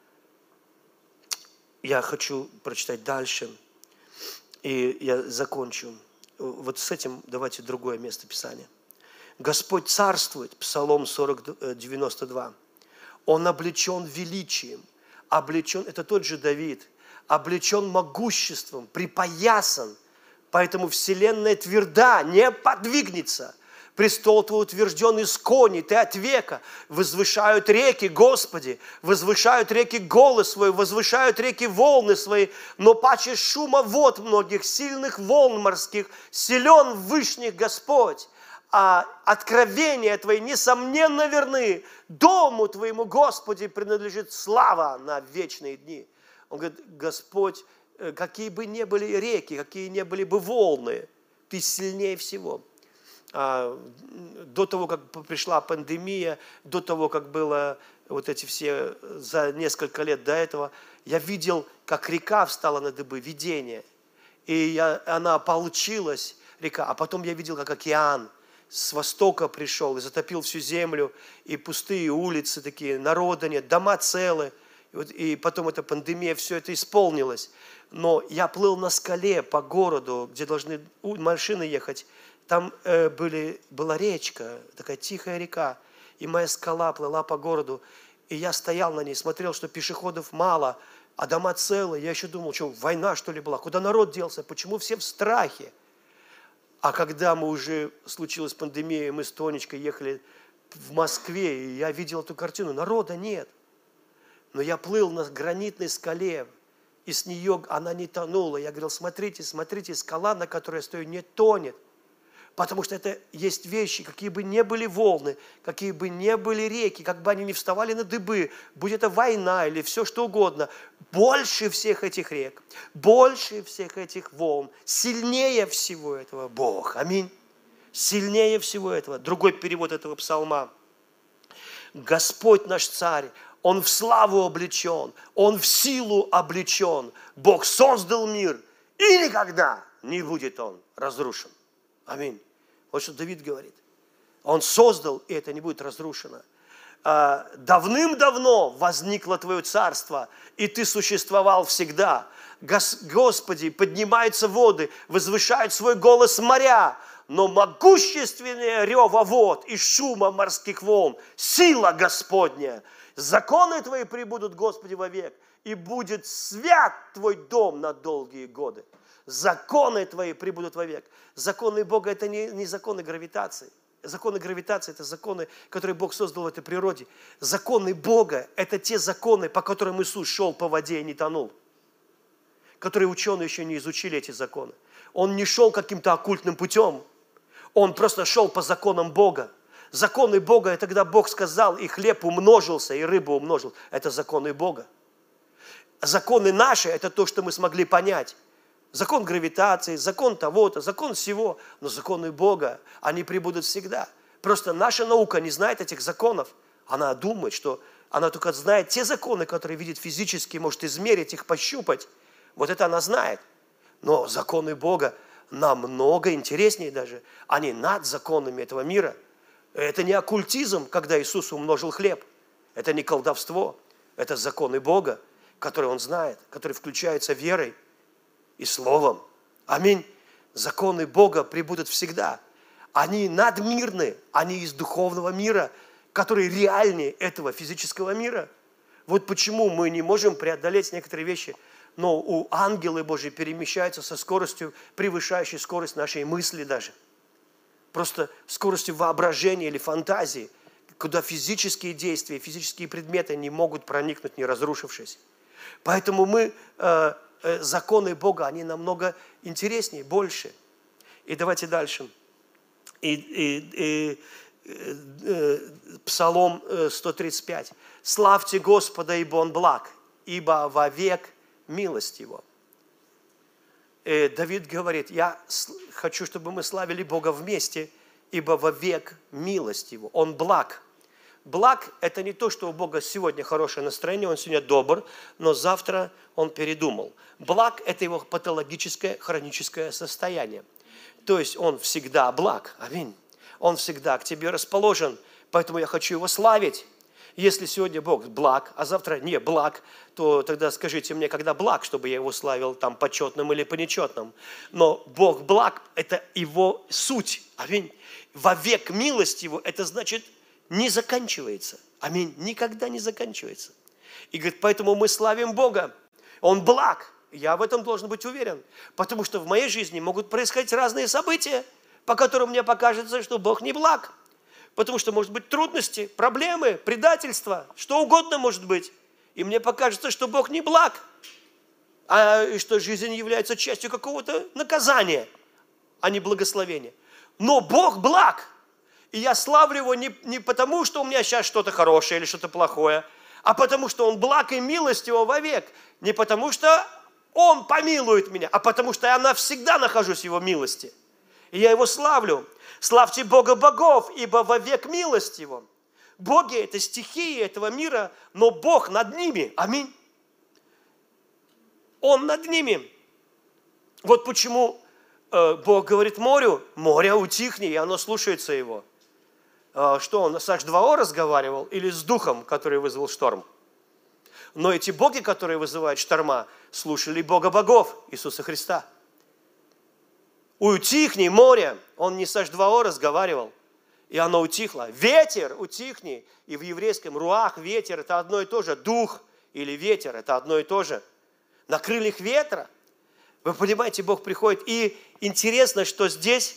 Я хочу прочитать дальше, и я закончу. Вот с этим давайте другое место Писания. Господь царствует, Псалом 92. Он облечен величием, облечен, это тот же Давид, облечен могуществом, припоясан, поэтому вселенная тверда, не подвигнется. Престол Твой утвержден из кони, Ты от века. Возвышают реки, Господи, возвышают реки голос Свой, возвышают реки волны Свои, но паче шума вод многих, сильных волн морских, силен вышних Господь. А откровения Твои, несомненно, верны. Дому Твоему, Господи, принадлежит слава на вечные дни. Он говорит, Господь, какие бы ни были реки, какие ни были бы волны, Ты сильнее всего. До того, как пришла пандемия, до того, как было вот эти все, за несколько лет до этого, я видел, как река встала на дыбы, видение. И она получилась, река, а потом я видел, как океан с востока пришел и затопил всю землю, и пустые улицы такие, народа нет, дома целы. И потом эта пандемия, все это исполнилось. Но я плыл на скале по городу, где должны машины ехать. Там была речка, такая тихая река, и моя скала плыла по городу, и я стоял на ней, смотрел, что пешеходов мало, а дома целые. Я еще думал, что война, что ли, была, куда народ делся, почему все в страхе? А когда случилась пандемия, мы с Тонечкой ехали в Москве, и я видел эту картину, народа нет. Но я плыл на гранитной скале, и с нее она не тонула. Я говорил, смотрите, смотрите, скала, на которой я стою, не тонет. Потому что это есть вещи, какие бы ни были волны, какие бы ни были реки, как бы они ни вставали на дыбы, будь это война или все что угодно, больше всех этих рек, больше всех этих волн, сильнее всего этого Бог. Аминь. Сильнее всего этого. Другой перевод этого псалма. Господь наш царь, Он в славу облечен, Он в силу облечен. Бог создал мир, и никогда не будет Он разрушен. Аминь. Вот что Давид говорит. Он создал, и это не будет разрушено. Давным-давно возникло Твое царство, и Ты существовал всегда. Господи, поднимаются воды, возвышают свой голос моря, но могущественнее рева вод и шума морских волн, сила Господня. Законы Твои пребудут, Господи, вовек, и будет свят Твой дом на долгие годы. Законы Твои пребудут вовек. Законы Бога – это не законы гравитации. Законы гравитации – это законы, которые Бог создал в этой природе. Законы Бога – это те законы, по которым Иисус шел по воде и не тонул. Которые ученые еще не изучили эти законы. Он не шел каким-то оккультным путем. Он просто шел по законам Бога. Законы Бога – это когда Бог сказал, и хлеб умножился, и рыба умножилась. Это законы Бога. законы наши – это то, что мы смогли понять. Закон гравитации, закон того-то, закон всего. Но законы Бога, они пребудут всегда. Просто наша наука не знает этих законов. Она думает, что она только знает те законы, которые видит физически, может измерить их, пощупать. Вот это она знает. Но законы Бога намного интереснее даже. Они над законами этого мира. Это не оккультизм, когда Иисус умножил хлеб. Это не колдовство. Это законы Бога, которые Он знает, которые включаются верой и словом. Аминь. Законы Бога пребудут всегда. Они надмирны, они из духовного мира, который реальнее этого физического мира. Вот почему мы не можем преодолеть некоторые вещи. Но у ангелы Божьи перемещаются со скоростью, превышающей скорость нашей мысли даже. Просто скоростью воображения или фантазии, куда физические действия, физические предметы не могут проникнуть, не разрушившись. Поэтому законы Бога, они намного интереснее, больше. И давайте дальше. Псалом 135. «Славьте Господа, ибо Он благ, ибо вовек милость Его». Давид говорит, я хочу, чтобы мы славили Бога вместе, ибо вовек милость Его. Он благ. Благ – это не то, что у Бога сегодня хорошее настроение, Он сегодня добр, но завтра Он передумал. Благ – это Его патологическое, хроническое состояние. То есть Он всегда благ. Аминь. Он всегда к тебе расположен, поэтому я хочу Его славить. Если сегодня Бог благ, а завтра не благ, то тогда скажите мне, когда благ, чтобы я Его славил там почетным или по нечетным. Но Бог благ – это Его суть. Аминь. Вовек милость Его – это значит не заканчивается. Аминь. Никогда не заканчивается. И говорит, поэтому мы славим Бога. Он благ. Я в этом должен быть уверен. Потому что в моей жизни могут происходить разные события, по которым мне покажется, что Бог не благ. Потому что может быть трудности, проблемы, предательство, что угодно может быть. И мне покажется, что Бог не благ, и что жизнь является частью какого-то наказания, а не благословения. Но Бог благ. И я славлю Его не потому, что у меня сейчас что-то хорошее или что-то плохое, а потому что Он благ и милость Его вовек. Не потому что Он помилует меня, а потому что я навсегда нахожусь в Его милости. И я Его славлю. Славьте Бога богов, ибо вовек милость Его. Боги – это стихии этого мира, но Бог над ними. Аминь. Он над ними. Вот почему Бог говорит морю, море утихни, и оно слушается Его. Что, он с H2O разговаривал или с духом, который вызвал шторм? Но эти боги, которые вызывают шторма, слушали Бога богов, Иисуса Христа. Утихни, море. Он не с H2O разговаривал, и оно утихло. Ветер, утихни. И в еврейском руах ветер – это одно и то же. Дух или ветер – это одно и то же. На крыльях ветра. Вы понимаете, Бог приходит. И интересно, что здесь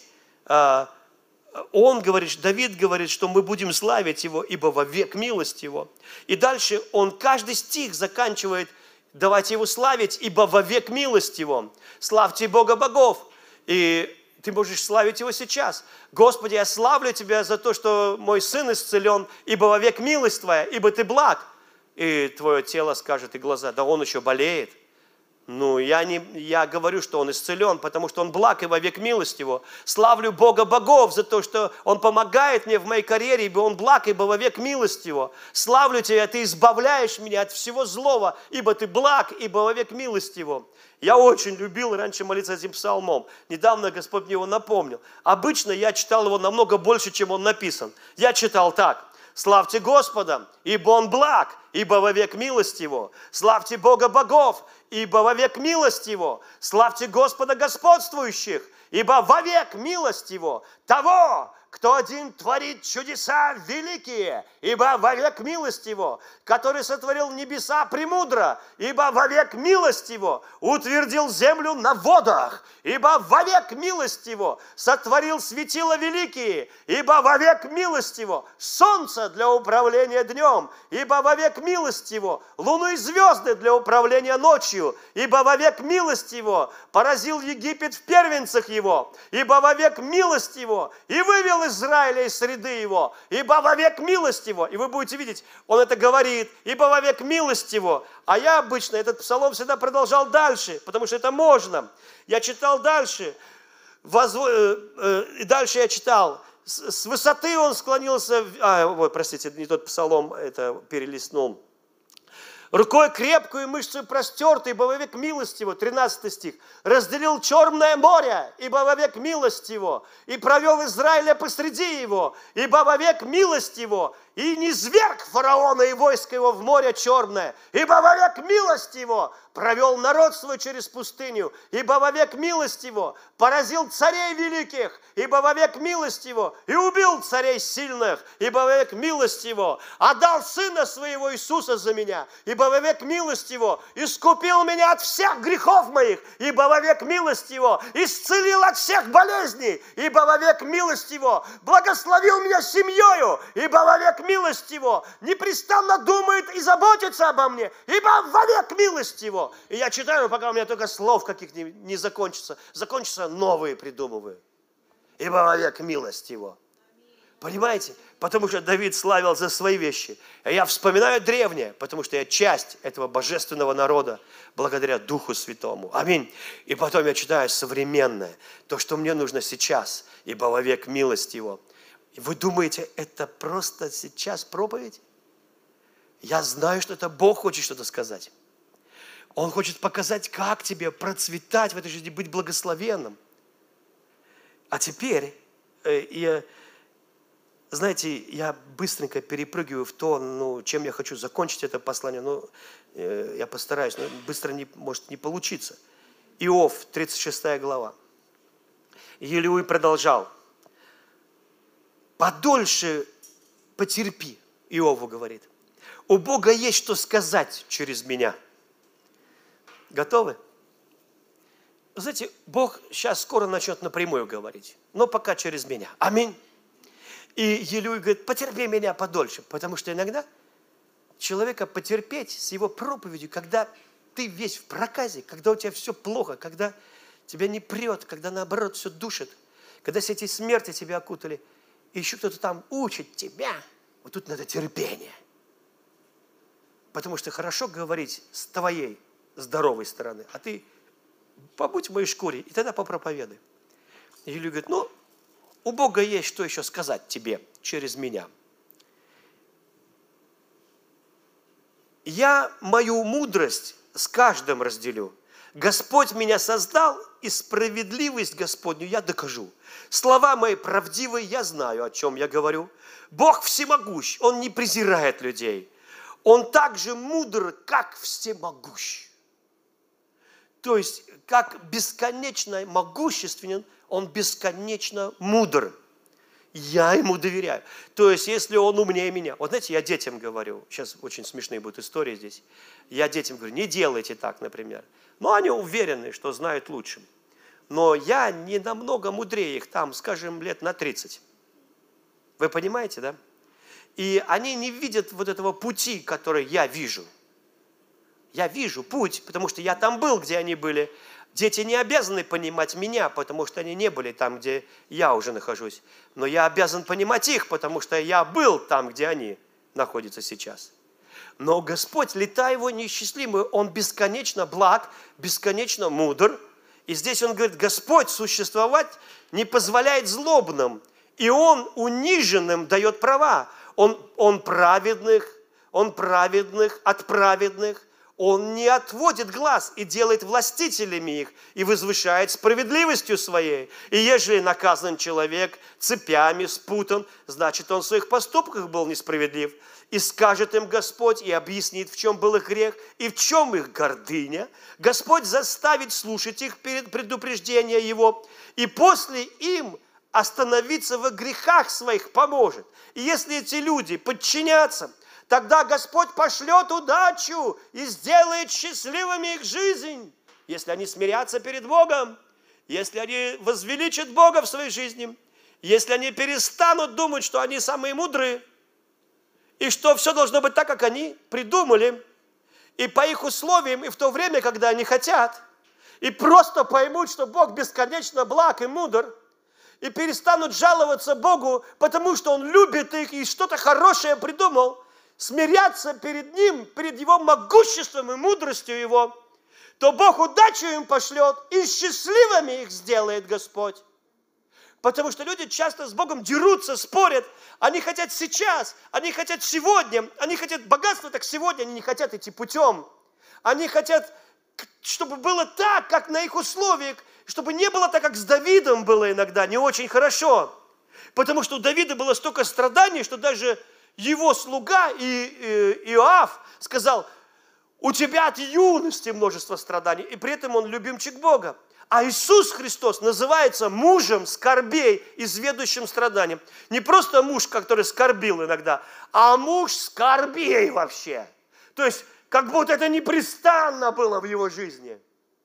он говорит, Давид говорит, что мы будем славить Его, ибо вовек милость Его. И дальше он каждый стих заканчивает, давайте Его славить, ибо вовек милость Его. Славьте Бога богов. И ты можешь славить Его сейчас. Господи, я славлю Тебя за то, что мой сын исцелен, ибо вовек милость Твоя, ибо Ты благ. И твое тело скажет, и глаза, да он еще болеет. Ну, я говорю, что он исцелен, потому что он благ и вовек милость Его. Славлю Бога богов за то, что Он помогает мне в моей карьере, ибо Он благ, ибо вовек милость Его. Славлю Тебя, Ты избавляешь меня от всего злого, ибо Ты благ, ибо вовек милость Его. Я очень любил раньше молиться этим псалмом. Недавно Господь мне его напомнил. Обычно я читал его намного больше, чем он написан. Я читал так. Славьте Господа, ибо Он благ, ибо вовек милость Его. Славьте Бога богов, ибо вовек милость Его. Славьте Господа господствующих, ибо вовек милость Его. Того, кто один творит чудеса великие, ибо вовек милость Его, который сотворил небеса премудро, ибо вовек милость Его, утвердил землю на водах, ибо вовек милость Его, сотворил светила великие, ибо вовек милость Его, солнце для управления днем, ибо вовек милость Его, луну и звезды для управления ночью, ибо вовек милость Его, поразил Египет в первенцах его, ибо вовек милость Его, и вывел провел Израиля из среды его, ибо вовек милость его». И вы будете видеть, он это говорит, ибо вовек милость его. А я обычно этот псалом всегда продолжал дальше, потому что это можно. Я читал дальше, и дальше я читал. С высоты он склонился, простите, не тот псалом, это перелистнул. «Рукой крепкую и мышцу простертой, ибо вовек милость его», 13 стих, «разделил Черное море, ибо вовек милость его, и провел Израиля посреди его, ибо вовек милость его, и низверг фараона и войско его в море Черное, ибо вовек милость его, провел народ свой через пустыню, ибо вовек милость его, поразил царей великих, ибо вовек милость его, и убил царей сильных, ибо вовек милость его, отдал сына своего Иисуса за меня, ибо вовек милость его, искупил меня от всех грехов моих, ибо вовек милость его, исцелил от всех болезней, ибо вовек милость его, благословил меня семьей, ибо вовек милость его, непрестанно думает и заботится обо мне, ибо вовек милость его». И я читаю, пока у меня только слов каких не закончится. Закончится, новые придумываю. Ибо вовек милость его. Понимаете? Потому что Давид славил за свои вещи. А я вспоминаю древнее, потому что я часть этого божественного народа, благодаря Духу Святому. Аминь. И потом я читаю современное, то, что мне нужно сейчас, ибо вовек милость его. И вы думаете, это просто сейчас проповедь? Я знаю, что это Бог хочет что-то сказать. Он хочет показать, как тебе процветать в этой жизни, быть благословенным. А теперь, знаете, я быстренько перепрыгиваю в то, чем я хочу закончить это послание. Я постараюсь, но быстро может не получиться. Иов, 36 глава. Елеуй продолжал. «Подольше потерпи», Иову говорит. «У Бога есть что сказать через меня». Готовы? Знаете, Бог сейчас скоро начнет напрямую говорить, но пока через меня. Аминь. И Елеуй говорит: потерпи меня подольше, потому что иногда человека потерпеть с его проповедью, когда ты весь в проказе, когда у тебя все плохо, когда тебя не прет, когда наоборот все душит, когда все эти смерти тебя окутали, и еще кто-то там учит тебя, вот тут надо терпение. Потому что хорошо говорить с твоей здоровой стороны, а ты побудь в моей шкуре, и тогда попроповедай. И Елеуй говорит: у Бога есть что еще сказать тебе через меня. Я мою мудрость с каждым разделю. Господь меня создал, и справедливость Господню я докажу. Слова мои правдивые, я знаю, о чем я говорю. Бог всемогущ, Он не презирает людей. Он так же мудр, как всемогущ. То есть, как бесконечно могущественен, Он бесконечно мудр. Я Ему доверяю. То есть, если Он умнее меня. Вот знаете, я детям говорю, сейчас очень смешные будут истории здесь. Я детям говорю: не делайте так, например. Но они уверены, что знают лучше. Но я не намного мудрее их, там, скажем, лет на 30. Вы понимаете, да? И они не видят вот этого пути, который я вижу. Я вижу путь, потому что я там был, где они были. Дети не обязаны понимать меня, потому что они не были там, где я уже нахожусь. Но я обязан понимать их, потому что я был там, где они находятся сейчас. Но Господь, лета Его неисчислимые, Он бесконечно благ, бесконечно мудр. И здесь Он говорит: Господь существовать не позволяет злобным, и Он униженным дает права. Он праведных от праведных. Он не отводит глаз и делает властителями их, и возвышает справедливостью своей. И ежели наказан человек цепями спутан, значит, он в своих поступках был несправедлив. И скажет им Господь, и объяснит, в чем был их грех, и в чем их гордыня. Господь заставит слушать их перед предупреждением Его, и после им остановиться во грехах своих поможет. И если эти люди подчинятся, тогда Господь пошлет удачу и сделает счастливыми их жизнь. Если они смирятся перед Богом, если они возвеличат Бога в своей жизни, если они перестанут думать, что они самые мудрые, и что все должно быть так, как они придумали, и по их условиям, и в то время, когда они хотят, и просто поймут, что Бог бесконечно благ и мудр, и перестанут жаловаться Богу, потому что Он любит их и что-то хорошее придумал, смирятся перед Ним, перед Его могуществом и мудростью Его, то Бог удачу им пошлет и счастливыми их сделает Господь. Потому что люди часто с Богом дерутся, спорят. Они хотят сейчас, они хотят сегодня, они хотят богатства, так сегодня они не хотят идти путем. Они хотят, чтобы было так, как на их условиях, чтобы не было так, как с Давидом было иногда, не очень хорошо. Потому что у Давида было столько страданий, что даже его слуга Иоав сказал: у тебя от юности множество страданий, и при этом он любимчик Бога. А Иисус Христос называется мужем скорбей и изведущим страданием. Не просто муж, который скорбил иногда, а муж скорбей вообще. То есть, как будто это непрестанно было в его жизни.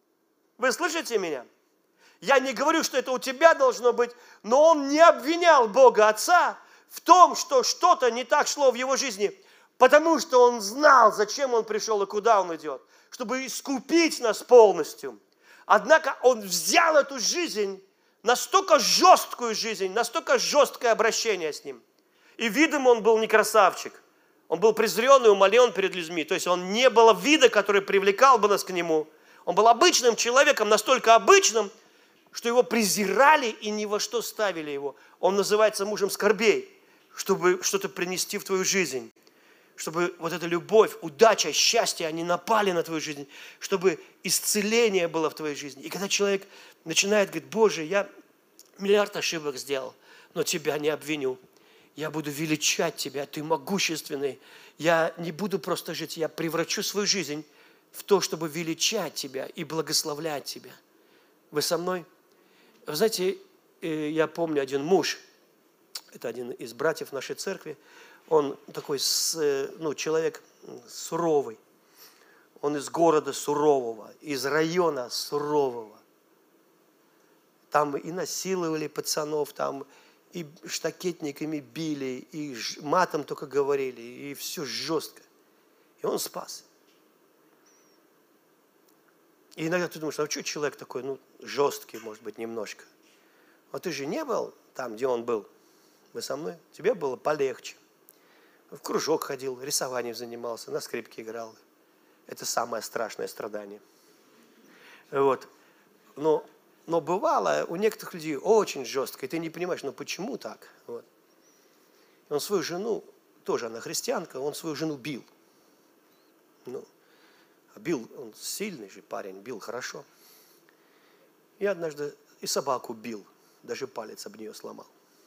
Вы слышите меня? Я не говорю, что это у тебя должно быть, но он не обвинял Бога Отца в том, что что-то не так шло в его жизни, потому что он знал, зачем он пришел и куда он идет, чтобы искупить нас полностью. Однако он взял эту жизнь, настолько жесткую жизнь, настолько жесткое обращение с ним. И видом он был не красавчик. Он был презрен и умолен перед людьми. То есть он не было вида, который привлекал бы нас к нему. Он был обычным человеком, настолько обычным, что его презирали и ни во что ставили его. Он называется мужем скорбей, чтобы что-то принести в твою жизнь. Чтобы вот эта любовь, удача, счастье, они напали на твою жизнь, чтобы исцеление было в твоей жизни. И когда человек начинает говорить: Боже, я миллиард ошибок сделал, но Тебя не обвиню. Я буду величать Тебя, Ты могущественный. Я не буду просто жить, я превращу свою жизнь в то, чтобы величать Тебя и благословлять Тебя. Вы со мной? Вы знаете, я помню один муж, это один из братьев нашей церкви, он такой, человек суровый. Он из города сурового, из района сурового. Там и насиловали пацанов, там и штакетниками били, и матом только говорили, и все жестко. И он спас. И иногда ты думаешь: а что человек такой, жесткий, может быть, немножко. А ты же не был там, где он был. Вы со мной? Тебе было полегче. В кружок ходил, рисованием занимался, на скрипке играл. Это самое страшное страдание. Вот. Но бывало у некоторых людей очень жестко, и ты не понимаешь, почему так? Вот. Он свою жену, тоже она христианка, он свою жену бил. Бил, он сильный же парень, бил хорошо. И однажды и собаку бил, даже палец об нее сломал.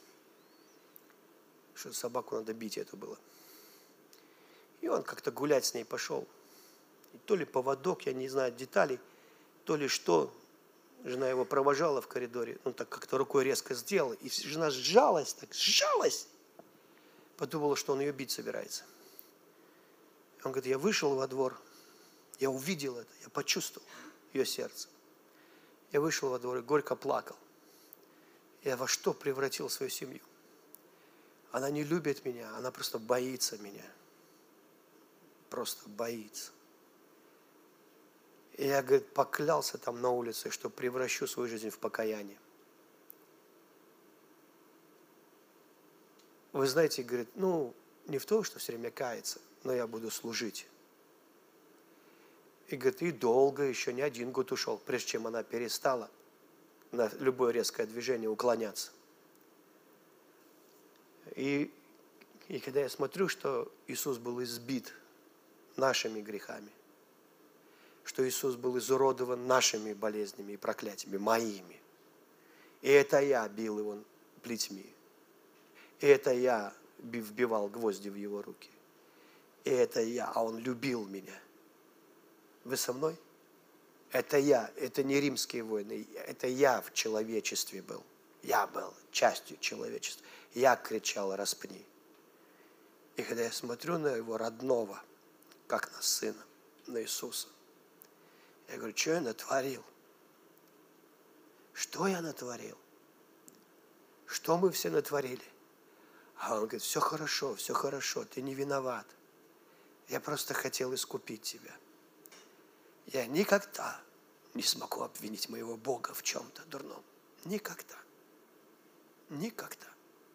Что собаку надо бить, это было. И он как-то гулять с ней пошел. И то ли поводок, я не знаю деталей, то ли что. Жена его провожала в коридоре, так как-то рукой резко сделала. И жена сжалась, подумала, что он ее бить собирается. Он говорит: я вышел во двор, я увидел это, я почувствовал ее сердце. Я вышел во двор и горько плакал. Я во что превратил свою семью? Она не любит меня, она просто боится меня. Просто боится. И я, говорит, поклялся там на улице, что превращу свою жизнь в покаяние. Вы знаете, говорит, не в том, что все время каяться, но я буду служить. И, говорит, и долго, еще не 1 год ушел, прежде чем она перестала на любое резкое движение уклоняться. И когда я смотрю, что Иисус был избит нашими грехами, что Иисус был изуродован нашими болезнями и проклятиями, моими. И это я бил его плетьми. И это я вбивал гвозди в его руки. И это я, а он любил меня. Вы со мной? Это я, это не римские войны, это я в человечестве был. Я был частью человечества. Я кричал: распни. И когда я смотрю на его родного, как на сына, на Иисуса, я говорю: что я натворил? Что я натворил? Что мы все натворили? А он говорит: все хорошо, ты не виноват. Я просто хотел искупить тебя. Я никогда не смогу обвинить моего Бога в чем-то дурном. Никогда. Никогда.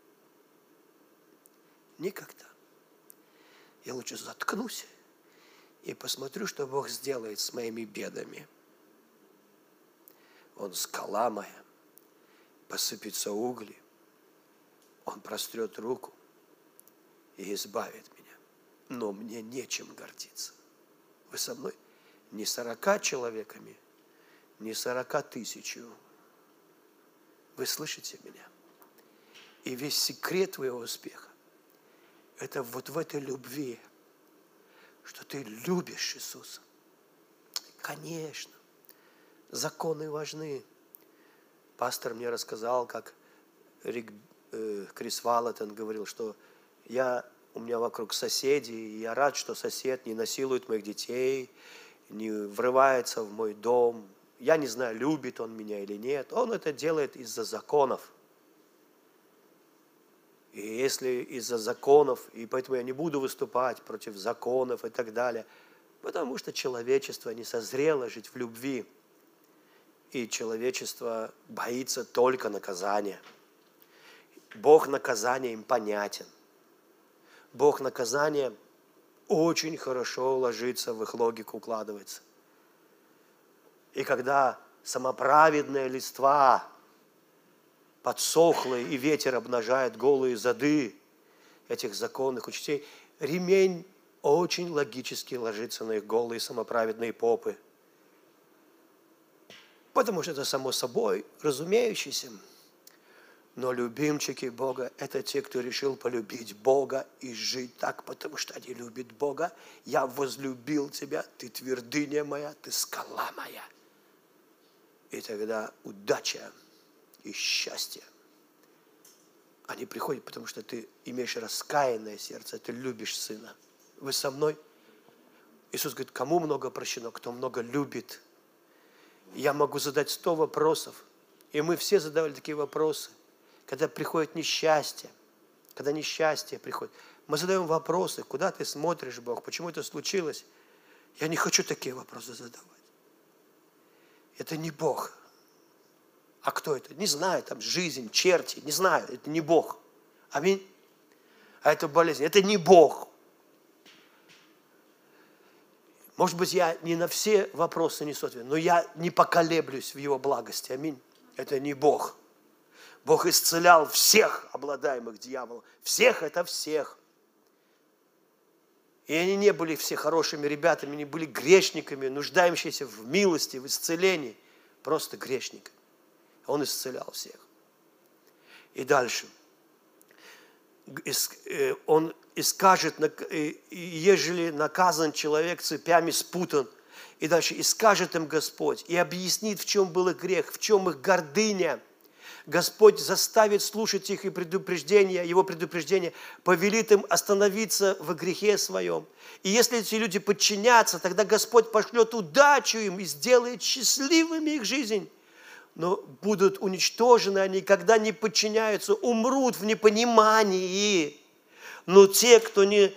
Никогда. Я лучше заткнусь и посмотрю, что Бог сделает с моими бедами. Он скала моя, посыпется угли, Он прострет руку и избавит меня. Но мне нечем гордиться. Вы со мной? Не 40 человеками, не 40 тысячами. Вы слышите меня? И весь секрет твоего успеха – это вот в этой любви, что ты любишь Иисуса. Конечно, законы важны. Пастор мне рассказал, как Крис Валлотон говорил, что у меня вокруг соседи, и я рад, что сосед не насилует моих детей, не врывается в мой дом. Я не знаю, любит он меня или нет. Он это делает из-за законов. И если из-за законов, и поэтому я не буду выступать против законов и так далее, потому что человечество не созрело жить в любви. И человечество боится только наказания. Бог наказания им понятен. Бог наказания очень хорошо ложится в их логику, укладывается. И когда самоправедная листва подсохла, и ветер обнажает голые зады этих законных учителей, ремень очень логически ложится на их голые самоправедные попы. Потому что это само собой разумеющееся. Но любимчики Бога – это те, кто решил полюбить Бога и жить так, потому что они любят Бога. Я возлюбил тебя, ты твердыня моя, ты скала моя. И тогда удача и счастье, они приходят, потому что ты имеешь раскаянное сердце, ты любишь Сына. Вы со мной? Иисус говорит, кому много прощено, кто много любит. Я могу задать 100 вопросов, и мы все задавали такие вопросы. Когда приходит несчастье, когда несчастье приходит, мы задаем вопросы, куда ты смотришь, Бог, почему это случилось. Я не хочу такие вопросы задавать. Это не Бог. А кто это? Не знаю, там жизнь, черти, не знаю, это не Бог. Аминь. А это болезнь, это не Бог. Может быть, я не на все вопросы несу ответ, но я не поколеблюсь в Его благости. Аминь. Это не Бог. Бог исцелял всех обладаемых дьяволом. Всех – это всех. И они не были все хорошими ребятами, они были грешниками, нуждающимися в милости, в исцелении. Просто грешниками. Он исцелял всех. И дальше. Он и скажет, ежели наказан человек, цепями спутан, и дальше, и скажет им Господь, и объяснит, в чем был их грех, в чем их гордыня. Господь заставит слушать их и предупреждения, Его предупреждения, повелит им остановиться в грехе своем. И если эти люди подчинятся, тогда Господь пошлет удачу им и сделает счастливыми их жизнь. Но будут уничтожены они, когда не подчиняются, умрут в непонимании. Но те, кто не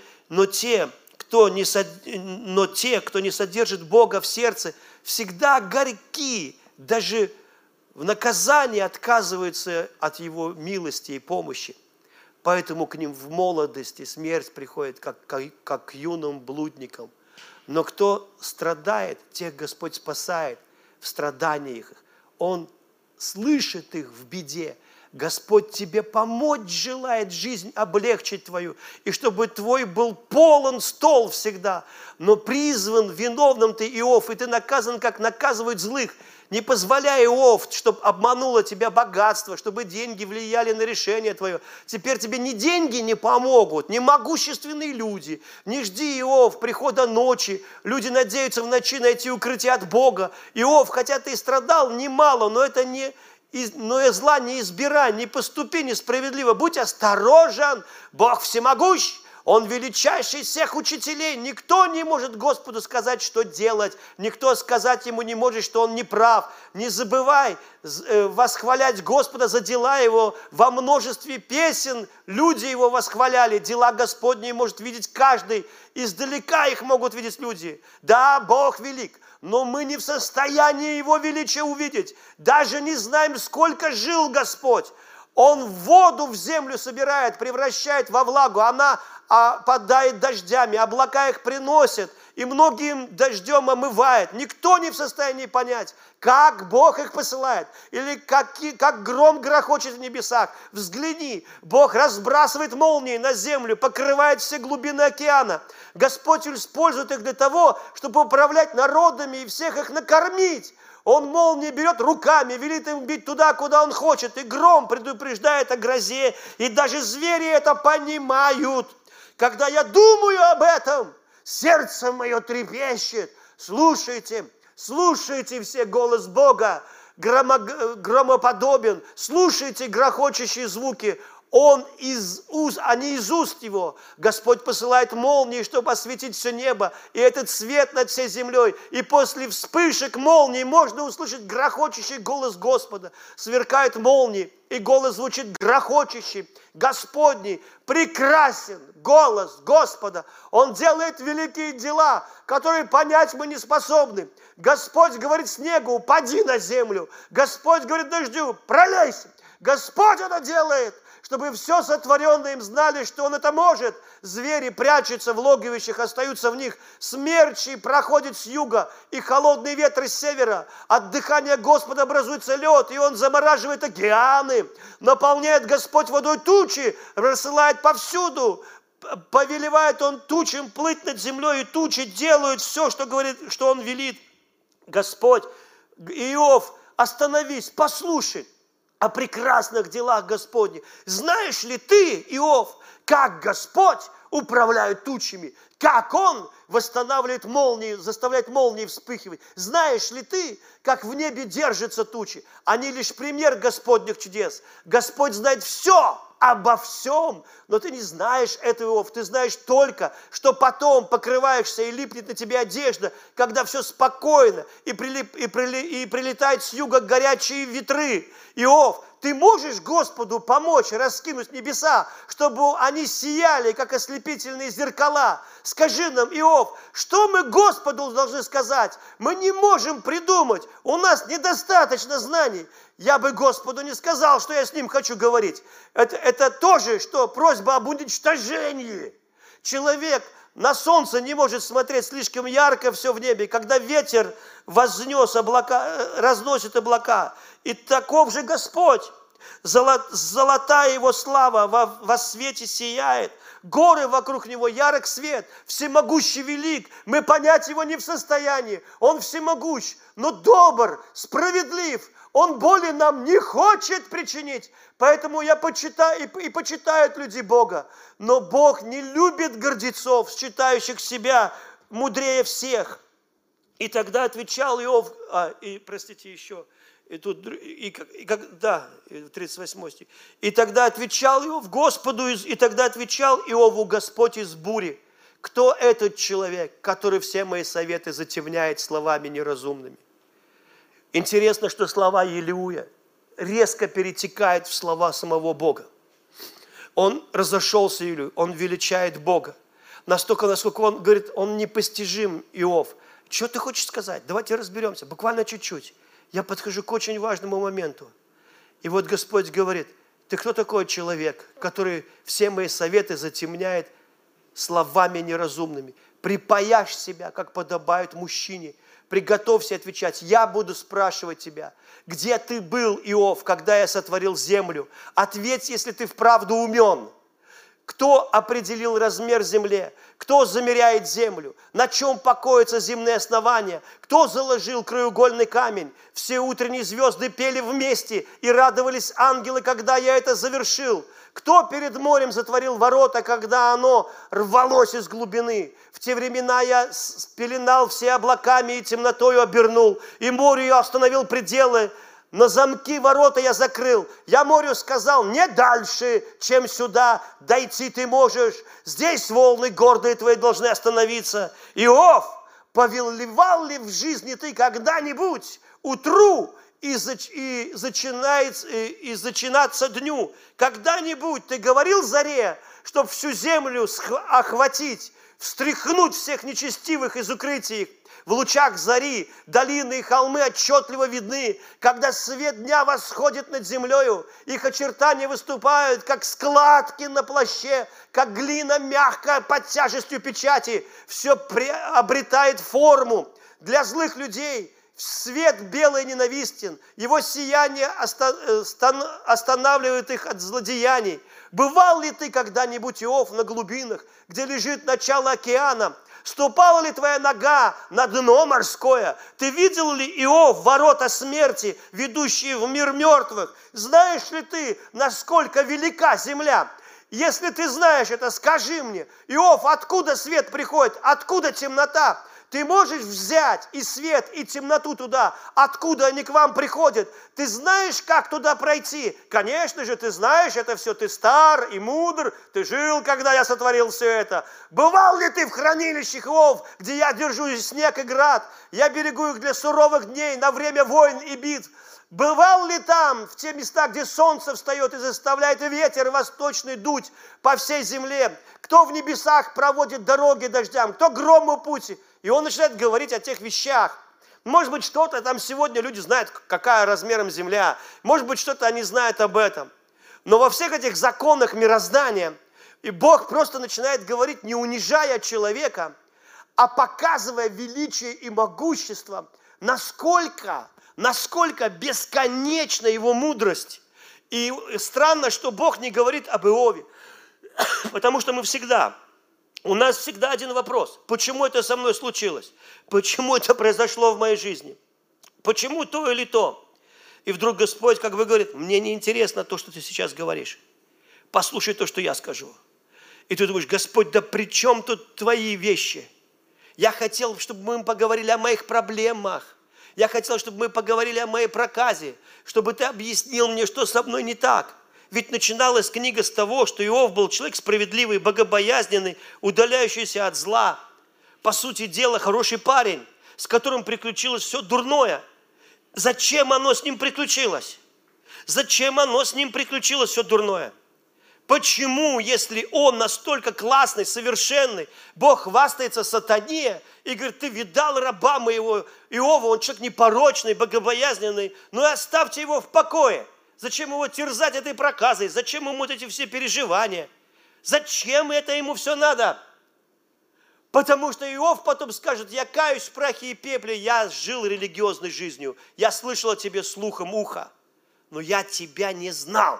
содержит Бога в сердце, всегда горьки, даже в наказании отказываются от Его милости и помощи. Поэтому к ним в молодости смерть приходит, как к юным блудникам. Но кто страдает, тех Господь спасает в страданиях их. Он слышит их в беде. Господь тебе помочь желает, жизнь облегчить твою, и чтобы твой был полон стол всегда. Но призван виновным ты, Иов, и ты наказан, как наказывают злых. Не позволяй, Иов, чтобы обмануло тебя богатство, чтобы деньги влияли на решение твое. Теперь тебе ни деньги не помогут, ни могущественные люди. Не жди, Иов, прихода ночи. Люди надеются в ночи найти укрытие от Бога. Иов, хотя ты и страдал немало, но и зла не избирай, не поступи несправедливо. Будь осторожен, Бог всемогущ. Он величайший из всех учителей. Никто не может Господу сказать, что делать. Никто сказать Ему не может, что Он не прав. Не забывай восхвалять Господа за дела Его. Во множестве песен люди Его восхваляли. Дела Господни может видеть каждый. Издалека их могут видеть люди. Да, Бог велик, но мы не в состоянии Его величия увидеть. Даже не знаем, сколько жил Господь. Он воду в землю собирает, превращает во влагу. Она опадает дождями, облака их приносят, и многим дождем омывает. Никто не в состоянии понять, как Бог их посылает, или как гром грохочет в небесах. Взгляни, Бог разбрасывает молнии на землю, покрывает все глубины океана. Господь использует их для того, чтобы управлять народами и всех их накормить. Он молнии берет руками, велит им бить туда, куда он хочет, и гром предупреждает о грозе, и даже звери это понимают. Когда я думаю об этом, сердце мое трепещет. Слушайте, слушайте все голос Бога, громоподобен, слушайте грохочущие звуки. Они из уст его. Господь посылает молнии, чтобы осветить все небо, и этот свет над всей землей. И после вспышек молний можно услышать грохочущий голос Господа. Сверкают молнии, и голос звучит грохочущий, Господний. Прекрасен голос Господа. Он делает великие дела, которые понять мы не способны. Господь говорит снегу: упади на землю. Господь говорит дождю: пролейся. Господь это делает, чтобы все сотворенное им знали, что Он это может. Звери прячутся в логовищах, остаются в них. Смерчи проходят с юга, и холодные ветры с севера. От дыхания Господа образуется лед, и Он замораживает океаны. Наполняет Господь водой тучи, рассылает повсюду. Повелевает Он тучам плыть над землей, и тучи делают все, что говорит, что Он велит. Господь, Иов, остановись, послушай о прекрасных делах Господних. Знаешь ли ты, Иов, как Господь управляет тучами, как Он восстанавливает молнии, заставляет молнии вспыхивать? Знаешь ли ты, как в небе держатся тучи? Они лишь пример Господних чудес. Господь знает все обо всем, но ты не знаешь этого, Иов. Ты знаешь только, что потом покрываешься и липнет на тебе одежда, когда все спокойно, и прилетают с юга горячие ветры. Иов, ты можешь Господу помочь раскинуть небеса, чтобы они сияли, как ослепительные зеркала? Скажи нам, Иов, что мы Господу должны сказать? Мы не можем придумать, у нас недостаточно знаний. Я бы Господу не сказал, что я с Ним хочу говорить. Это тоже, что просьба об уничтожении. Человек на солнце не может смотреть, слишком ярко все в небе. Когда ветер вознес облака, разносит облака, и таков же Господь. Золотая Его слава во свете сияет. Горы вокруг Него, ярок свет, всемогущий велик. Мы понять Его не в состоянии. Он всемогущ, но добр, справедлив. Он боли нам не хочет причинить. Поэтому я почитаю, и почитают люди Бога. Но Бог не любит гордецов, считающих себя мудрее всех. И тогда отвечал Иов, да, 38 стих. И тогда отвечал Иов Господу, и тогда отвечал Иову Господь из бури: кто этот человек, который все мои советы затемняет словами неразумными? Интересно, что слова Елеуя резко перетекают в слова самого Бога. Он разошелся, Елеуя, он величает Бога. Настолько, насколько он говорит, он непостижим, Иов. Что ты хочешь сказать? Давайте разберемся, буквально чуть-чуть. Я подхожу к очень важному моменту. И вот Господь говорит: ты кто такой человек, который все мои советы затемняет словами неразумными? Припаяшь себя, как подобает мужчине. Приготовься отвечать. Я буду спрашивать тебя: где ты был, Иов, когда я сотворил землю? Ответь, если ты вправду умен. Кто определил размер земле? Кто замеряет землю? На чем покоятся земные основания? Кто заложил краеугольный камень? Все утренние звезды пели вместе, и радовались ангелы, когда я это завершил. Кто перед морем затворил ворота, когда оно рвалось из глубины? В те времена я спеленал все облаками и темнотою обернул, и морю я остановил пределы. На замки ворота я закрыл. Я морю сказал: не дальше, чем сюда дойти ты можешь. Здесь волны гордые твои должны остановиться. Иов, повелевал ли в жизни ты когда-нибудь утру и зачинаться дню. Когда-нибудь ты говорил заре, чтобы всю землю охватить, встряхнуть всех нечестивых из укрытий их? В лучах зари долины и холмы отчетливо видны, когда свет дня восходит над землею, их очертания выступают, как складки на плаще, как глина мягкая под тяжестью печати. Все обретает форму. Для злых людей свет белый ненавистен, его сияние останавливает их от злодеяний. Бывал ли ты когда-нибудь, Иов, на глубинах, где лежит начало океана? Ступала ли твоя нога на дно морское? Ты видел ли, Иов, ворота смерти, ведущие в мир мертвых? Знаешь ли ты, насколько велика земля? Если ты знаешь это, скажи мне, Иов, откуда свет приходит, откуда темнота? Ты можешь взять и свет, и темноту туда, откуда они к вам приходят. Ты знаешь, как туда пройти? Конечно же, ты знаешь это все. Ты стар и мудр. Ты жил, когда я сотворил все это. Бывал ли ты в хранилищах, Иов, где я держу снег и град? Я берегу их для суровых дней, на время войн и битв. Бывал ли там, в те места, где солнце встает и заставляет ветер восточный дуть по всей земле? Кто в небесах проводит дороги дождям? Кто грому пути? И он начинает говорить о тех вещах. Может быть, что-то там сегодня люди знают, какая размером земля. Может быть, что-то они знают об этом. Но во всех этих законах мироздания и Бог просто начинает говорить, не унижая человека, а показывая величие и могущество, насколько бесконечна его мудрость. И странно, что Бог не говорит об Иове, потому что у нас всегда один вопрос. Почему это со мной случилось? Почему это произошло в моей жизни? Почему то или то? И вдруг Господь как бы говорит, мне не интересно то, что ты сейчас говоришь. Послушай то, что я скажу. И ты думаешь, Господь, да при чем тут твои вещи? Я хотел, чтобы мы поговорили о моих проблемах. Я хотел, чтобы мы поговорили о моей проказе. Чтобы ты объяснил мне, что со мной не так. Ведь начиналась книга с того, что Иов был человек справедливый, богобоязненный, удаляющийся от зла. По сути дела, хороший парень, с которым приключилось все дурное. Зачем оно с ним приключилось? Зачем оно с ним приключилось, все дурное? Почему, если он настолько классный, совершенный, Бог хвастается сатане и говорит, ты видал раба моего Иова, он человек непорочный, богобоязненный, ну и оставьте его в покое. Зачем его терзать этой проказой? Зачем ему эти все переживания? Зачем это ему все надо? Потому что Иов потом скажет, я каюсь в прахе и пепле, я жил религиозной жизнью, я слышал о тебе слухом уха, но я тебя не знал.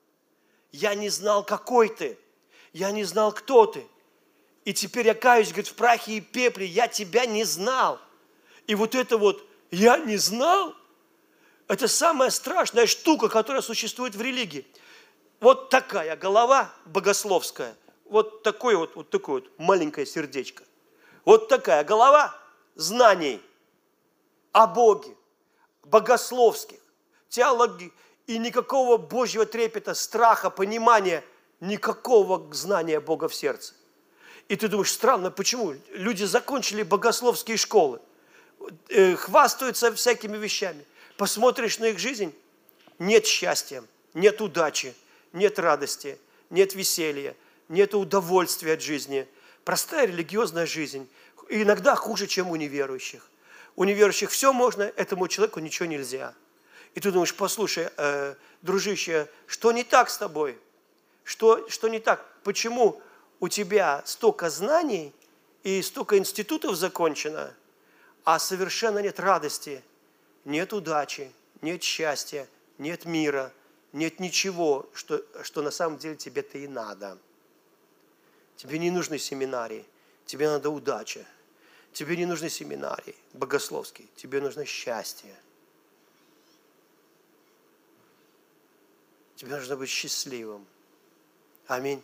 Я не знал, какой ты, я не знал, кто ты. И теперь я каюсь, говорит, в прахе и пепле, я тебя не знал. И вот это вот, я не знал, это самая страшная штука, которая существует в религии. Вот такая голова богословская, вот такое вот маленькое сердечко. Вот такая голова знаний о Боге, богословских, теологии, и никакого Божьего трепета, страха, понимания, никакого знания Бога в сердце. И ты думаешь, странно, почему? Люди закончили богословские школы, хвастаются всякими вещами. Посмотришь на их жизнь, нет счастья, нет удачи, нет радости, нет веселья, нет удовольствия от жизни. Простая религиозная жизнь, и иногда хуже, чем у неверующих. У неверующих все можно, этому человеку ничего нельзя. И ты думаешь, послушай, дружище, что не так с тобой? Что не так? Почему у тебя столько знаний и столько институтов закончено, а совершенно нет радости? Нет удачи, нет счастья, нет мира, нет ничего, что на самом деле тебе-то и надо. Тебе не нужны семинарии, тебе надо удача. Тебе не нужны семинарии богословские, тебе нужно счастье. Тебе нужно быть счастливым. Аминь.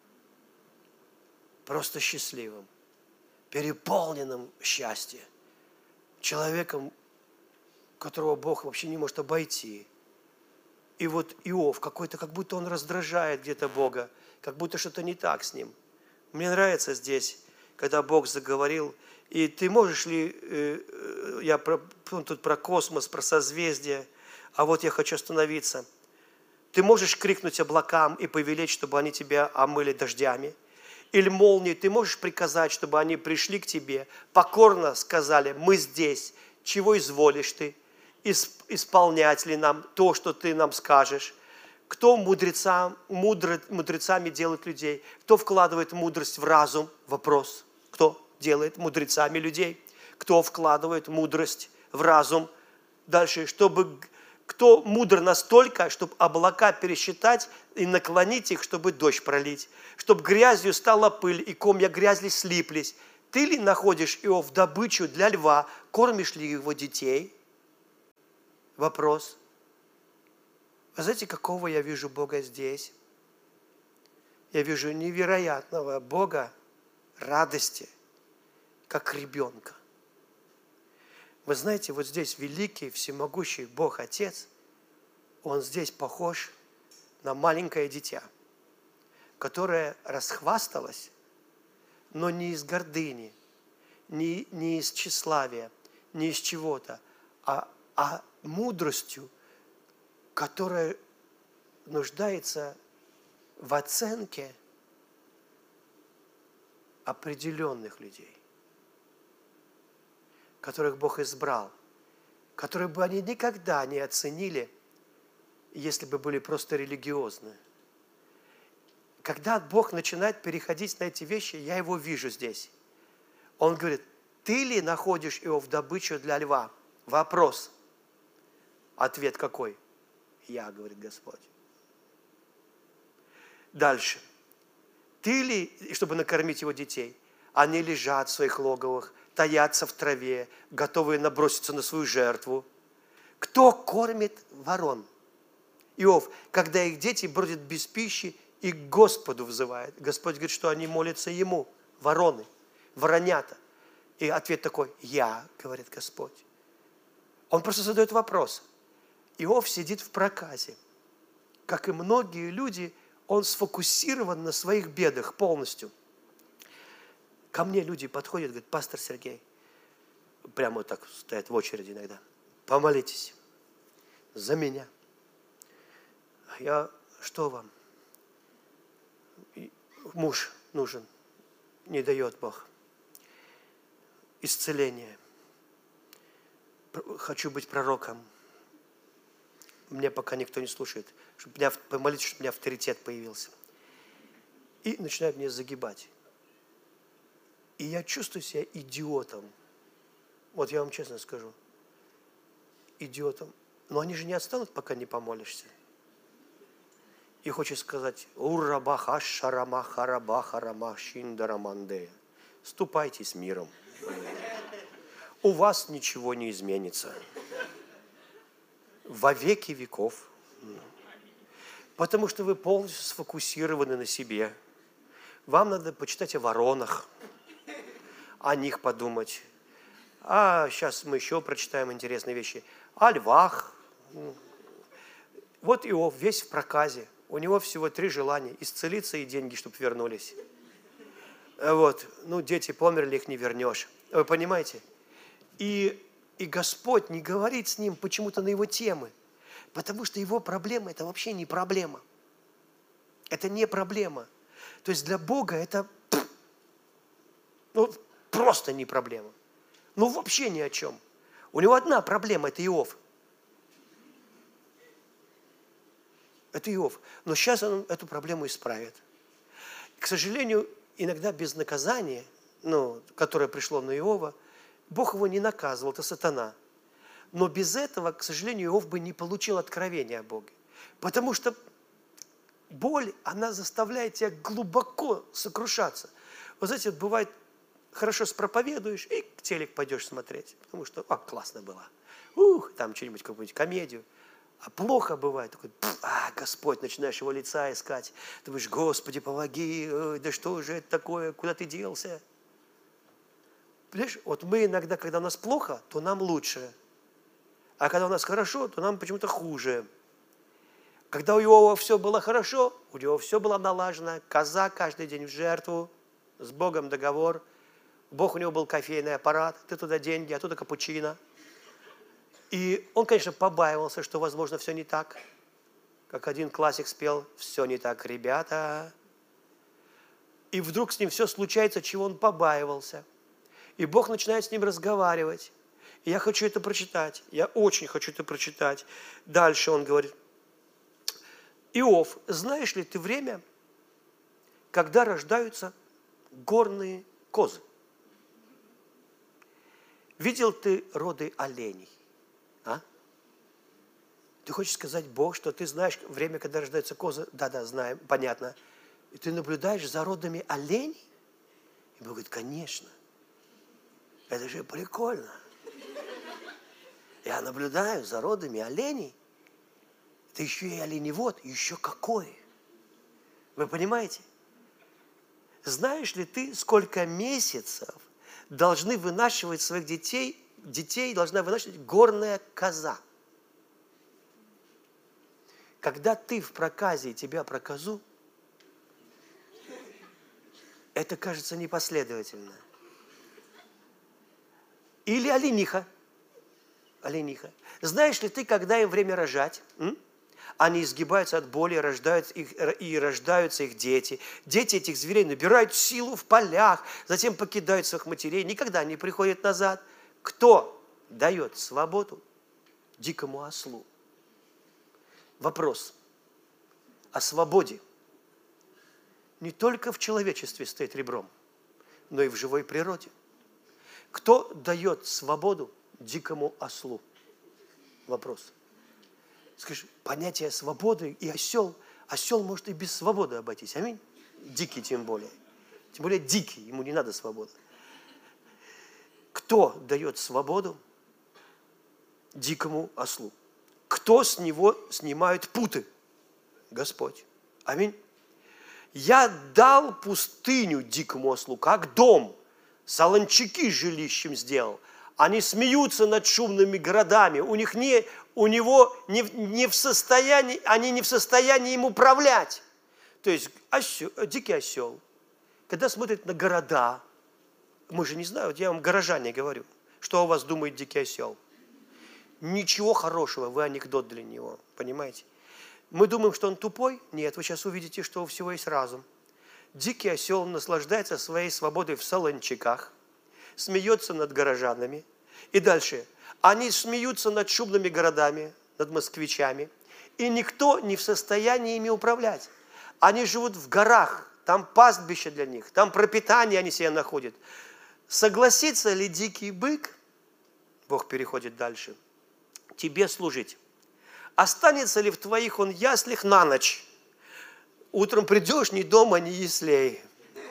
Просто счастливым, переполненным счастьем. Человеком, которого Бог вообще не может обойти. И вот Иов какой-то, как будто он раздражает где-то Бога, как будто что-то не так с ним. Мне нравится здесь, когда Бог заговорил, и ты можешь ли, тут про космос, про созвездия, А вот я хочу остановиться. Ты можешь крикнуть облакам и повелеть, чтобы они тебя омыли дождями? Или молнии ты можешь приказать, чтобы они пришли к тебе, покорно сказали: мы здесь, чего изволишь ты? Исполнять ли нам то, что ты нам скажешь? Кто мудрецами делает людей? Кто вкладывает мудрость в разум? Вопрос. Кто делает мудрецами людей? Кто вкладывает мудрость в разум? Дальше, кто мудр настолько, чтобы облака пересчитать и наклонить их, чтобы дождь пролить, чтобы грязью стала пыль и комья грязи слиплись. Ты ли находишь, Иов, добычу для льва, кормишь ли его детей? Вопрос. Вы знаете, какого я вижу Бога здесь? Я вижу невероятного Бога радости, как ребенка. Вы знаете, вот здесь великий, всемогущий Бог Отец, Он здесь похож на маленькое дитя, которое расхвасталось, но не из гордыни, не из тщеславия, не из чего-то, а мудростью, которая нуждается в оценке определенных людей, которых Бог избрал, которые бы они никогда не оценили, если бы были просто религиозны. Когда Бог начинает переходить на эти вещи, я его вижу здесь. Он говорит: ты ли находишь, Иов, добычу для льва? Вопрос. Ответ какой? Я, говорит Господь. Дальше. Ты ли, чтобы накормить его детей? Они лежат в своих логовах, таятся в траве, готовые наброситься на свою жертву. Кто кормит ворон? Иов, когда их дети бродят без пищи и к Господу взывают. Господь говорит, что они молятся Ему, вороны, воронята. И ответ такой: я, говорит Господь. Он просто задает вопрос. Иов сидит в проказе. Как и многие люди, он сфокусирован на своих бедах полностью. Ко мне люди подходят, говорят: пастор Сергей, прямо вот так стоят в очереди иногда, помолитесь за меня. Я: что вам? Муж нужен, не дает Бог. Исцеление. Хочу быть пророком. Мне пока никто не слушает. Помолитесь, чтобы у меня авторитет появился. И начинают меня загибать. И я чувствую себя идиотом. Вот я вам честно скажу. Идиотом. Но они же не отстанут, пока не помолишься. И хочет сказать: «Урабаха шарамаха рабаха рама шиндарамандея». Ступайте с миром. У вас ничего не изменится. Во веки веков. Потому что вы полностью сфокусированы на себе. Вам надо почитать о воронах, о них подумать. А сейчас мы еще прочитаем интересные вещи. О львах. Вот Иов весь в проказе. У него всего 3 желания: исцелиться и деньги, чтобы вернулись. Вот. Ну, дети померли, их не вернешь. Вы понимаете? И Господь не говорит с ним почему-то на его темы. Потому что его проблема – это вообще не проблема. Это не проблема. То есть для Бога это просто не проблема. Ну вообще ни о чем. У него одна проблема – это Иов. Это Иов. Но сейчас он эту проблему исправит. К сожалению, иногда без наказания, которое пришло на Иова, Бог его не наказывал, это сатана. Но без этого, к сожалению, Иов бы не получил откровения о Боге. Потому что боль, она заставляет тебя глубоко сокрушаться. Вы знаете, бывает, хорошо спроповедуешь, и к телек пойдешь смотреть. Потому что, классно было. Там что-нибудь, какую-нибудь комедию. А плохо бывает, такой: Господь, начинаешь его лица искать. Думаешь: Господи, помоги, да что же это такое, куда ты делся? Понимаешь, вот мы иногда, когда у нас плохо, то нам лучше. А когда у нас хорошо, то нам почему-то хуже. Когда у Иова все было хорошо, у него все было налажено, коза каждый день в жертву, с Богом договор. Бог у него был кофейный аппарат, ты туда деньги, а туда капучино. И он, конечно, побаивался, что, возможно, все не так. Как один классик спел: «Все не так, ребята». И вдруг с ним все случается, чего он побаивался. И Бог начинает с ним разговаривать. И я хочу это прочитать. Я очень хочу это прочитать. Дальше он говорит: «Иов, знаешь ли ты время, когда рождаются горные козы? Видел ты роды оленей?» А? Ты хочешь сказать, Бог, что ты знаешь время, когда рождаются козы? Да, знаем, понятно. И ты наблюдаешь за родами оленей? И Бог говорит: конечно. Это же прикольно. Я наблюдаю за родами оленей. Это еще и оленевод, еще какой. Вы понимаете? Знаешь ли ты, сколько месяцев должны вынашивать своих детей? Детей должна вынашивать горная коза. Когда ты в проказе и тебя про козу, это кажется непоследовательно. Или олениха. Олениха. Знаешь ли ты, когда им время рожать? Они изгибаются от боли, рождаются их дети. Дети этих зверей набирают силу в полях, затем покидают своих матерей, никогда не приходят назад. Кто дает свободу дикому ослу? Вопрос о свободе не только в человечестве стоит ребром, но и в живой природе. Кто дает свободу дикому ослу? Вопрос. Скажи, понятие свободы и осел. Осел может и без свободы обойтись. Аминь. Дикий тем более. Тем более дикий, ему не надо свободы. Кто дает свободу дикому ослу? Кто с него снимает путы? Господь. Аминь. Я дал пустыню дикому ослу, как дом. Солончаки жилищем сделал. Они смеются над шумными городами. Они не в состоянии им управлять. То есть дикий осел, когда смотрит на города, мы же не знаем, вот я вам горожане говорю, что о вас думает дикий осел. Ничего хорошего, вы анекдот для него, понимаете? Мы думаем, что он тупой? Нет, вы сейчас увидите, что у всего есть разум. Дикий осел наслаждается своей свободой в солончаках, смеется над горожанами. И дальше. Они смеются над шумными городами, над москвичами, и никто не в состоянии ими управлять. Они живут в горах, там пастбище для них, там пропитание они себе находят. Согласится ли дикий бык, Бог переходит дальше, тебе служить? Останется ли в твоих он яслях на ночь? Утром придешь, ни дома, ни яслей.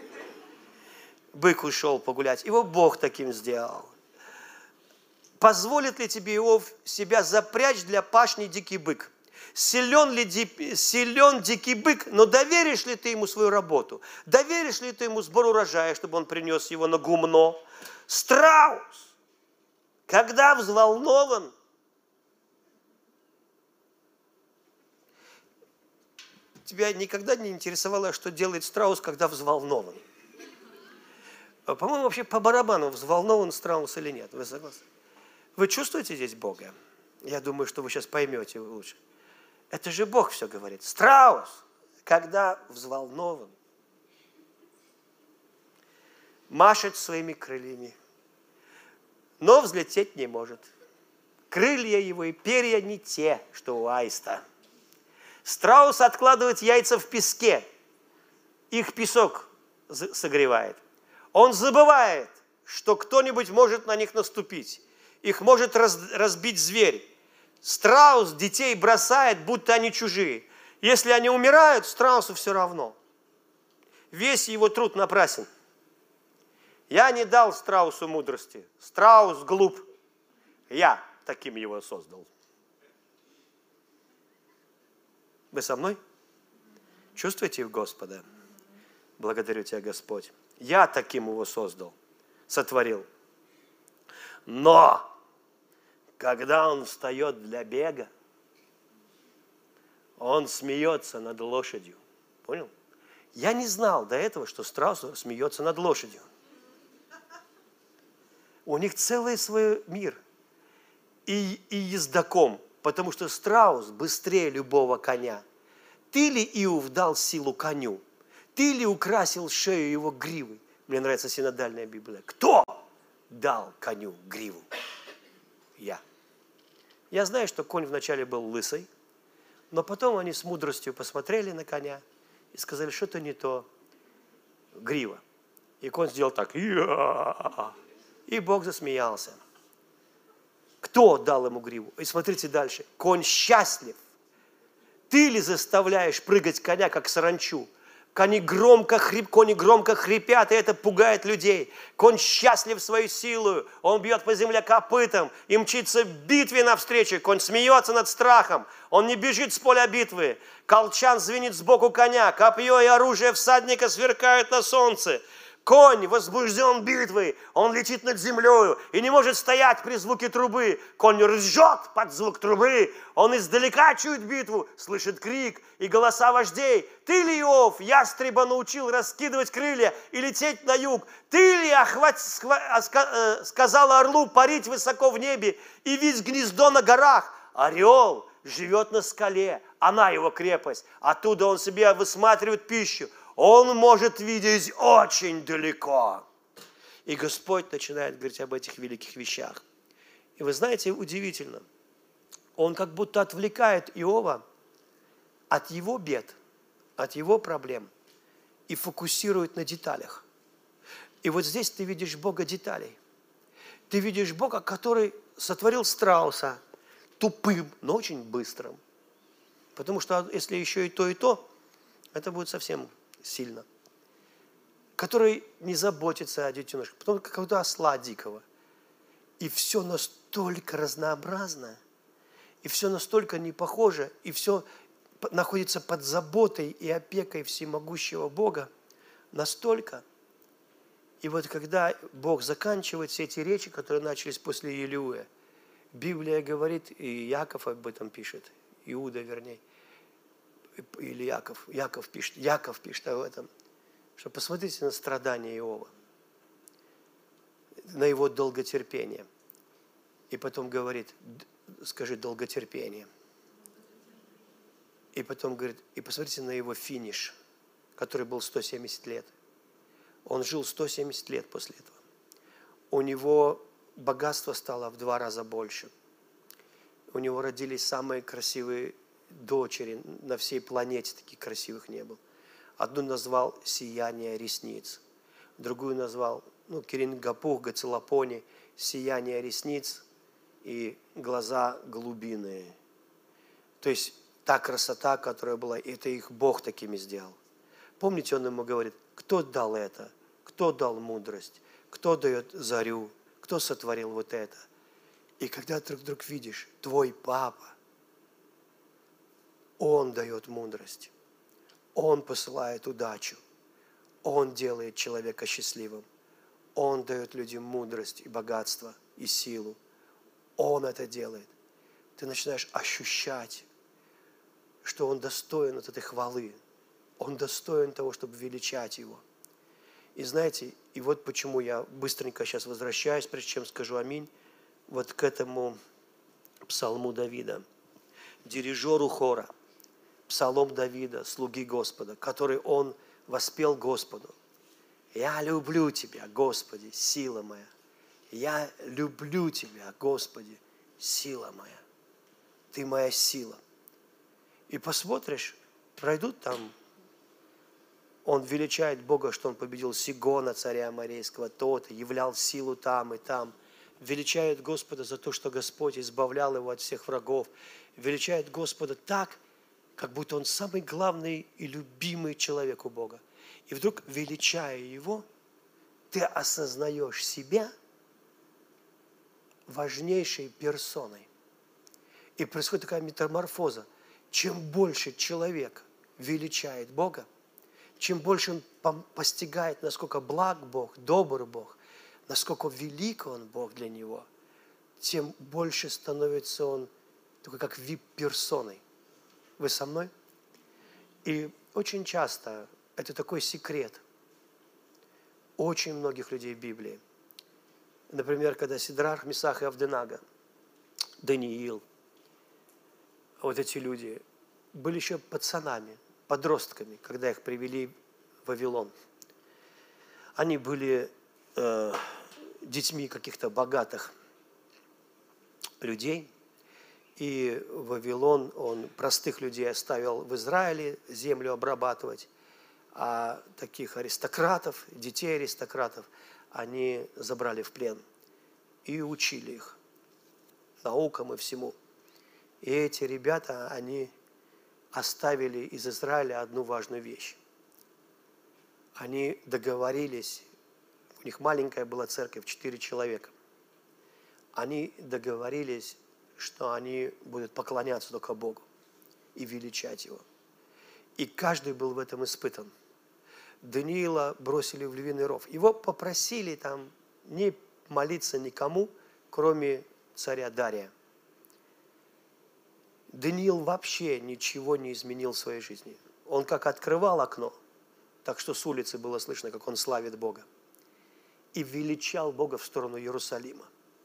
Бык ушел погулять. Его Бог таким сделал. Позволит ли тебе, Иов, себя запрячь для пашни дикий бык? Силен дикий бык, но доверишь ли ты ему свою работу? Доверишь ли ты ему сбор урожая, чтобы он принес его на гумно? Страус, когда взволнован, тебя никогда не интересовало, что делает страус, когда взволнован? По-моему, вообще по барабану, взволнован страус или нет. Вы согласны? Вы чувствуете здесь Бога? Я думаю, что вы сейчас поймете лучше. Это же Бог все говорит. Страус, когда взволнован, машет своими крыльями, но взлететь не может. Крылья его и перья не те, что у аиста. Страус откладывает яйца в песке. Их песок согревает. Он забывает, что кто-нибудь может на них наступить. Их может разбить зверь. Страус детей бросает, будто они чужие. Если они умирают, страусу все равно. Весь его труд напрасен. Я не дал страусу мудрости. Страус глуп. Я таким его создал. Вы со мной? Чувствуете Господа? Благодарю Тебя, Господь. Я таким его создал, сотворил. Но, когда он встает для бега, он смеется над лошадью. Понял? Я не знал до этого, что страус смеется над лошадью. У них целый свой мир. и ездаком, потому что страус быстрее любого коня. Ты ли, Иов, дал силу коню? Ты ли украсил шею его гривой? Мне нравится синодальная Библия. Кто дал коню гриву? Я. Я знаю, что конь вначале был лысый, но потом они с мудростью посмотрели на коня и сказали, что-то не то. Грива. И конь сделал так. И Бог засмеялся. Кто дал ему гриву? И смотрите дальше. Конь счастлив. Ты ли заставляешь прыгать коня, как саранчу? Кони громко хрипят, и это пугает людей. Конь счастлив свою силою, он бьет по земле копытом и мчится в битве навстречу. Конь смеется над страхом, он не бежит с поля битвы. Колчан звенит сбоку коня, копье и оружие всадника сверкают на солнце. Конь возбужден битвой, он летит над землею и не может стоять при звуке трубы. Конь ржет под звук трубы, он издалека чует битву, слышит крик и голоса вождей. Ты ли, Иов, ястреба научил раскидывать крылья и лететь на юг? Ты ли сказал орлу парить высоко в небе и видеть гнездо на горах? Орел живет на скале, она его крепость, оттуда он себе высматривает пищу. Он может видеть очень далеко. И Господь начинает говорить об этих великих вещах. И вы знаете, удивительно, Он как будто отвлекает Иова от его бед, от его проблем и фокусирует на деталях. И вот здесь ты видишь Бога деталей. Ты видишь Бога, который сотворил страуса тупым, но очень быстрым. Потому что если еще и то, это будет совсем сильно. Который не заботится о детенышах. Потом какого-то осла дикого. И все настолько разнообразно, и все настолько не похоже, и все находится под заботой и опекой всемогущего Бога. Настолько. И вот когда Бог заканчивает все эти речи, которые начались после Елеуя, Библия говорит, и Яков об этом пишет, Иуда вернее, или Яков пишет об этом, что посмотрите на страдания Иова, на его долготерпение. И потом говорит, скажи долготерпение. И потом говорит, и посмотрите на его финиш, который был 170 лет. Он жил 170 лет после этого. У него богатство стало в 2 раза больше. У него родились самые красивые дочери на всей планете, таких красивых не было. Одну назвал «Сияние ресниц», другую назвал, Кирингапух, Гацелапони, «Сияние ресниц» и «Глаза голубиные». То есть та красота, которая была, это их Бог такими сделал. Помните, он ему говорит, кто дал это, кто дал мудрость, кто дает зарю, кто сотворил вот это. И когда ты вдруг видишь, твой папа, он дает мудрость, он посылает удачу, он делает человека счастливым, он дает людям мудрость и богатство и силу. Он это делает. Ты начинаешь ощущать, что он достоин от этой хвалы, он достоин того, чтобы величать его. И знаете, и вот почему я быстренько сейчас возвращаюсь, прежде чем скажу аминь, вот к этому псалму Давида, дирижеру хора, псалом Давида, слуги Господа, который он воспел Господу. «Я люблю Тебя, Господи, сила моя. Я люблю Тебя, Господи, сила моя. Ты моя сила». И посмотришь, пройдут там, он величает Бога, что он победил Сигона, царя Аморейского, тот, являл силу там и там. Величает Господа за то, что Господь избавлял его от всех врагов. Величает Господа так, как будто он самый главный и любимый человек у Бога. И вдруг, величая его, ты осознаешь себя важнейшей персоной. И происходит такая метаморфоза. Чем больше человек величает Бога, чем больше он постигает, насколько благ Бог, добр Бог, насколько велик Он, Бог, для него, тем больше становится он такой, как вип-персоной. Вы со мной? И очень часто это такой секрет очень многих людей в Библии. Например, когда Сидрах, Месах и Авденага Даниил, вот эти люди были еще пацанами, подростками, когда их привели в Вавилон. Они были детьми каких-то богатых людей, и Вавилон, он простых людей оставил в Израиле землю обрабатывать, а таких аристократов, детей аристократов, они забрали в плен и учили их наукам и всему. И эти ребята, они оставили из Израиля одну важную вещь. Они договорились, у них маленькая была церковь, 4 человека. Они договорились, что они будут поклоняться только Богу и величать Его. И каждый был в этом испытан. Даниила бросили в львиный ров. Его попросили там не молиться никому, кроме царя Дария. Даниил вообще ничего не изменил в своей жизни. Он как открывал окно, так что с улицы было слышно, как он славит Бога. И величал Бога в сторону Иерусалима.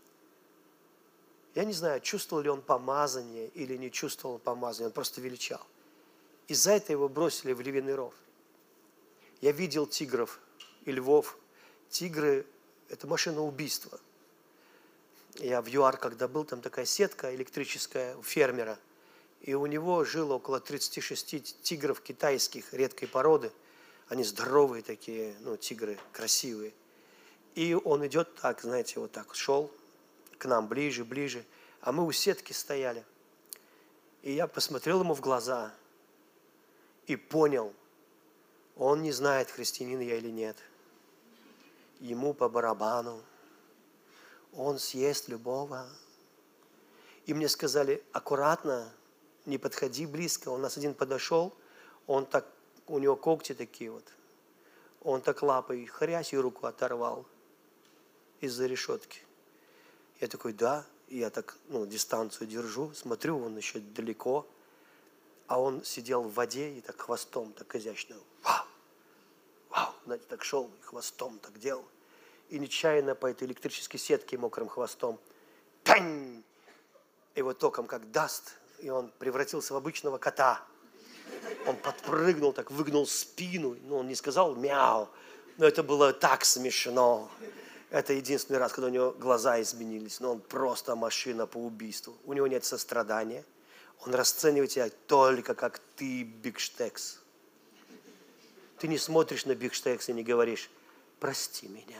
Я не знаю, чувствовал ли он помазание или не чувствовал помазание, он просто величал. Из-за этого его бросили в львиный ров. Я видел тигров и львов. Тигры – это машина убийства. Я в ЮАР, когда был, там такая сетка электрическая у фермера. И у него жило около 36 тигров китайских редкой породы. Они здоровые такие, тигры красивые. И он идет так, знаете, вот так шел к нам ближе, ближе. А мы у сетки стояли. И я посмотрел ему в глаза и понял, он не знает, христианин я или нет. Ему по барабану. Он съест любого. И мне сказали, аккуратно, не подходи близко. У нас один подошел, он так, у него когти такие вот. Он так лапой хрясь и руку оторвал из-за решетки. Я такой, да. И я так, дистанцию держу, смотрю, он еще далеко. А он сидел в воде и так хвостом, так изящно. Вау! Вау! Знаете, так шел и хвостом так делал. И нечаянно по этой электрической сетке мокрым хвостом. Тань! Его током как даст, и он превратился в обычного кота. Он подпрыгнул, так выгнул спину. Он не сказал мяу, но это было так смешно. Это единственный раз, когда у него глаза изменились. Но он просто машина по убийству. У него нет сострадания. Он расценивает тебя только как ты бигштекс. Ты не смотришь на бигштекс и не говоришь, прости меня.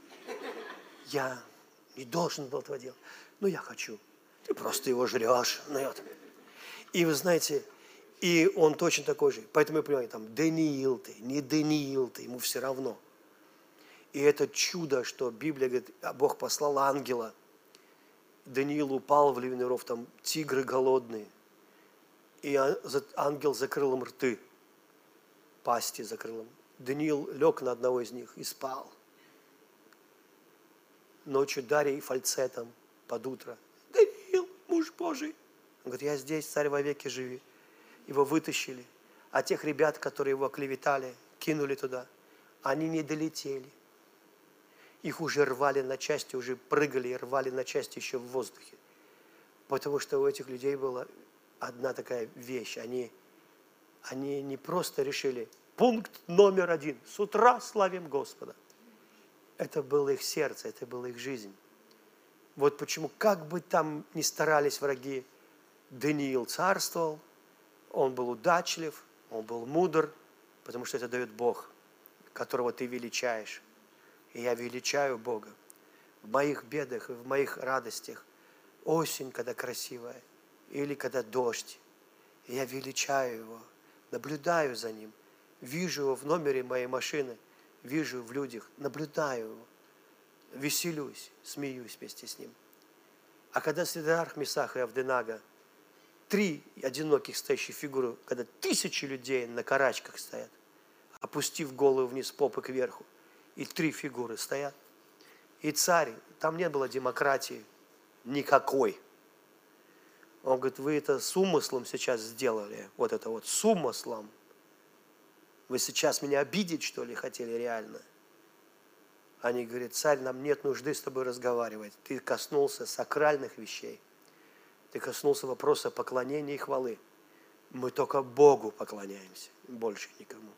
Я не должен был этого делать. Но я хочу. Ты просто его жрешь. И вы знаете, и он точно такой же. Поэтому я понимаю, там, Даниил ты, не Даниил ты, ему все равно. И это чудо, что Библия говорит, Бог послал ангела. Даниил упал в львиный ров, там тигры голодные. И ангел закрыл им рты, пасти закрыл им. Даниил лег на одного из них и спал. Ночью Дарий фальцетом под утро. Даниил, муж Божий. Он говорит, я здесь, царь вовеки живи. Его вытащили. А тех ребят, которые его клеветали, кинули туда, они не долетели. Их уже рвали на части, уже прыгали и рвали на части еще в воздухе. Потому что у этих людей была одна такая вещь. Они не просто решили, пункт номер 1, с утра славим Господа. Это было их сердце, это была их жизнь. Вот почему, как бы там ни старались враги, Даниил царствовал, он был удачлив, он был мудр, потому что это дает Бог, которого ты величаешь. И я величаю Бога в моих бедах и в моих радостях. Осень, когда красивая, или когда дождь. И я величаю Его, наблюдаю за Ним, вижу Его в номере моей машины, вижу в людях, наблюдаю Его, веселюсь, смеюсь вместе с Ним. А когда Сидрах, Месах и Авденага, 3 одиноких стоящих фигуры, когда 1000 людей на карачках стоят, опустив голову вниз, попы кверху, и 3 фигуры стоят. И царь, там не было демократии никакой. Он говорит, вы это с умыслом сейчас сделали, вот это вот с умыслом. Вы сейчас меня обидеть, что ли, хотели реально? Они говорят, царь, нам нет нужды с тобой разговаривать. Ты коснулся сакральных вещей. Ты коснулся вопроса поклонения и хвалы. Мы только Богу поклоняемся, больше никому.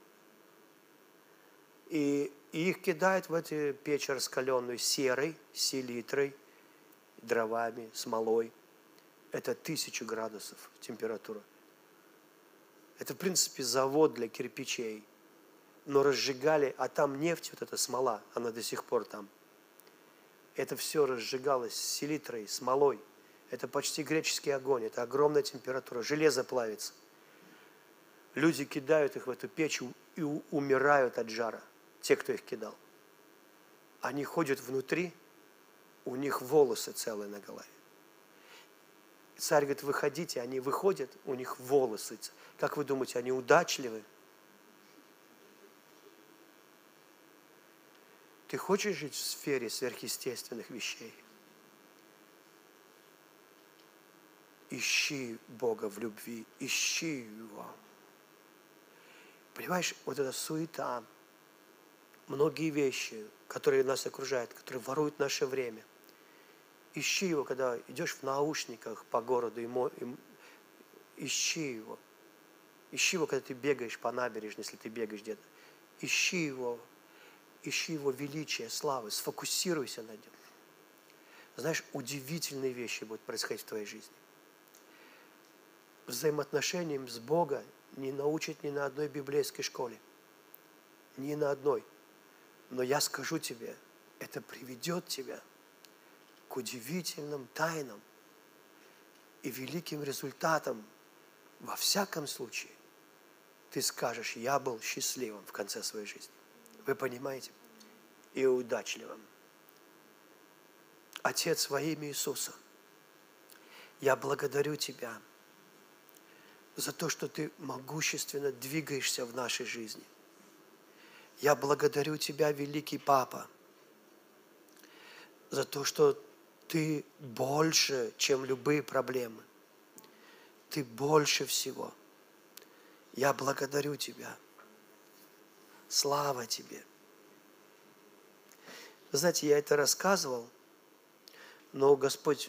И их кидают в эту печь раскаленную серой, селитрой, дровами, смолой. Это 1000 градусов температура. Это, в принципе, завод для кирпичей. Но разжигали, а там нефть, вот эта смола, она до сих пор там. Это все разжигалось селитрой, смолой. Это почти греческий огонь, это огромная температура, железо плавится. Люди кидают их в эту печь и умирают от жара, те, кто их кидал. Они ходят внутри, у них волосы целые на голове. Царь говорит, выходите, они выходят, у них волосы. Как вы думаете, они удачливы? Ты хочешь жить в сфере сверхъестественных вещей? Ищи Бога в любви, ищи Его. Понимаешь, вот эта суета, многие вещи, которые нас окружают, которые воруют наше время. Ищи Его, когда идешь в наушниках по городу, ищи Его. Ищи Его, когда ты бегаешь по набережной, если ты бегаешь где-то. Ищи Его величие, славы, сфокусируйся на нем. Знаешь, удивительные вещи будут происходить в твоей жизни. Взаимоотношениям с Богом не научат ни на одной библейской школе. Ни на одной. Но я скажу тебе, это приведет тебя к удивительным тайнам и великим результатам. Во всяком случае, ты скажешь, я был счастливым в конце своей жизни. Вы понимаете? И удачливым. Отец, во имя Иисуса, я благодарю Тебя за то, что Ты могущественно двигаешься в нашей жизни. Я благодарю Тебя, великий Папа, за то, что Ты больше, чем любые проблемы. Ты больше всего. Я благодарю Тебя. Слава Тебе. Вы знаете, я это рассказывал, но Господь,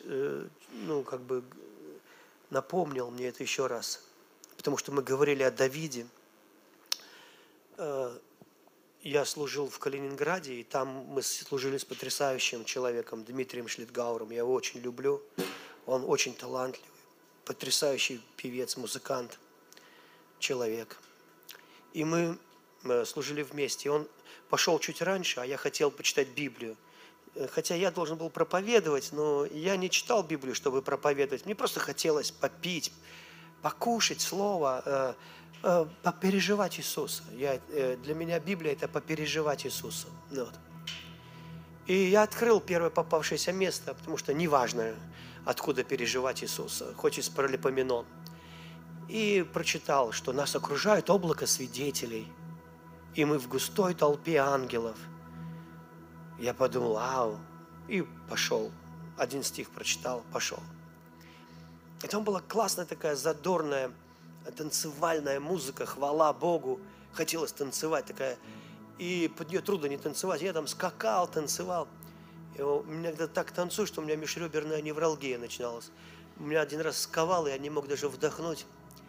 напомнил мне это еще раз. Потому что мы говорили о Давиде. Я служил в Калининграде, и там мы служили с потрясающим человеком, Дмитрием Шлитгауром. Я его очень люблю. Он очень талантливый, потрясающий певец, музыкант, человек. И мы служили вместе. Он пошел чуть раньше, а я хотел почитать Библию. Хотя я должен был проповедовать, но я не читал Библию, чтобы проповедовать. Мне просто хотелось попить, покушать слово, попереживать Иисуса. Для меня Библия – это попереживать Иисуса. Вот. И я открыл первое попавшееся место, потому что неважно, откуда переживать Иисуса, хоть из Паралипоменон. И прочитал, что нас окружает облако свидетелей, и мы в густой толпе ангелов. Я подумал, вау, и пошел. 1 стих прочитал, пошел. И там была классная такая задорная танцевальная музыка, хвала Богу. Хотелось танцевать такая. И под нее трудно не танцевать. Я там скакал, танцевал. И у меня когда так танцую, что у меня межреберная невралгия начиналась. Меня один раз сковало, я не мог даже вдохнуть.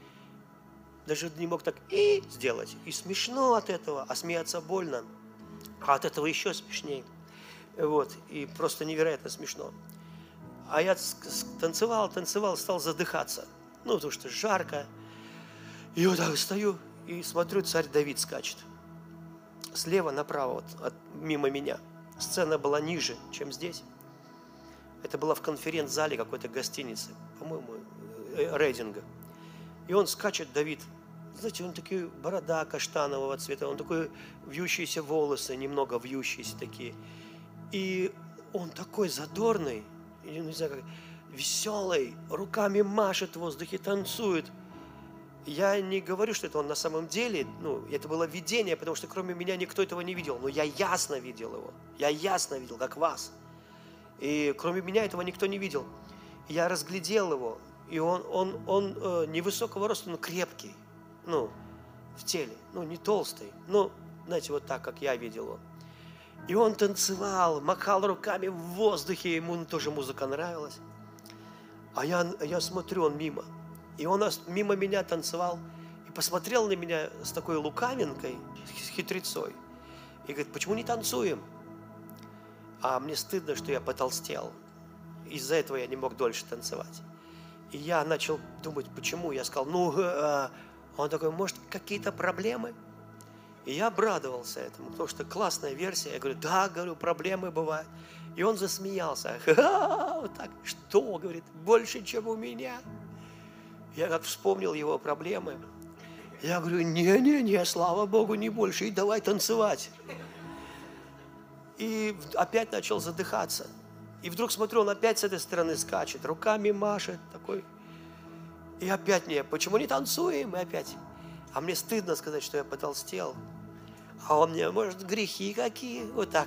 Даже не мог так и сделать. И смешно от этого, а смеяться больно. А от этого еще смешнее. Вот. И просто невероятно смешно. А я танцевал, стал задыхаться. Ну, потому что жарко. И вот так стою и смотрю, царь Давид скачет. Слева направо, мимо меня. Сцена была ниже, чем здесь. Это было в конференц-зале какой-то гостиницы, по-моему, Рейдинга. И он скачет, Давид. Знаете, он такой, борода каштанового цвета, он такой, вьющиеся волосы, немного вьющиеся такие. И он такой задорный, не знаю, как, веселый, руками машет в воздухе, танцует. Я не говорю, что это он на самом деле, это было видение, потому что кроме меня никто этого не видел, но я ясно видел его, как вас. И кроме меня этого никто не видел. Я разглядел его, и он невысокого роста, но крепкий, в теле, не толстый, знаете, вот так, как я видел его. И он танцевал, махал руками в воздухе, ему тоже музыка нравилась. А я смотрю, он мимо. И он мимо меня танцевал. И посмотрел на меня с такой лукавинкой, с хитрецой. И говорит, почему не танцуем? А мне стыдно, что я потолстел. Из-за этого я не мог дольше танцевать. И я начал думать, почему. Я сказал, он такой, может, какие-то проблемы? И я обрадовался этому, потому что классная версия. Я говорю, да, говорю, проблемы бывают. И он засмеялся. Вот так, что, говорит, больше, чем у меня? Я как вспомнил его проблемы. Я говорю, не, слава Богу, не больше, и давай танцевать. И опять начал задыхаться. И вдруг смотрю, он опять с этой стороны скачет, руками машет, такой. И опять мне, почему не танцуем? И опять. А мне стыдно сказать, что я потолстел. А он мне, может, грехи какие? Вот так.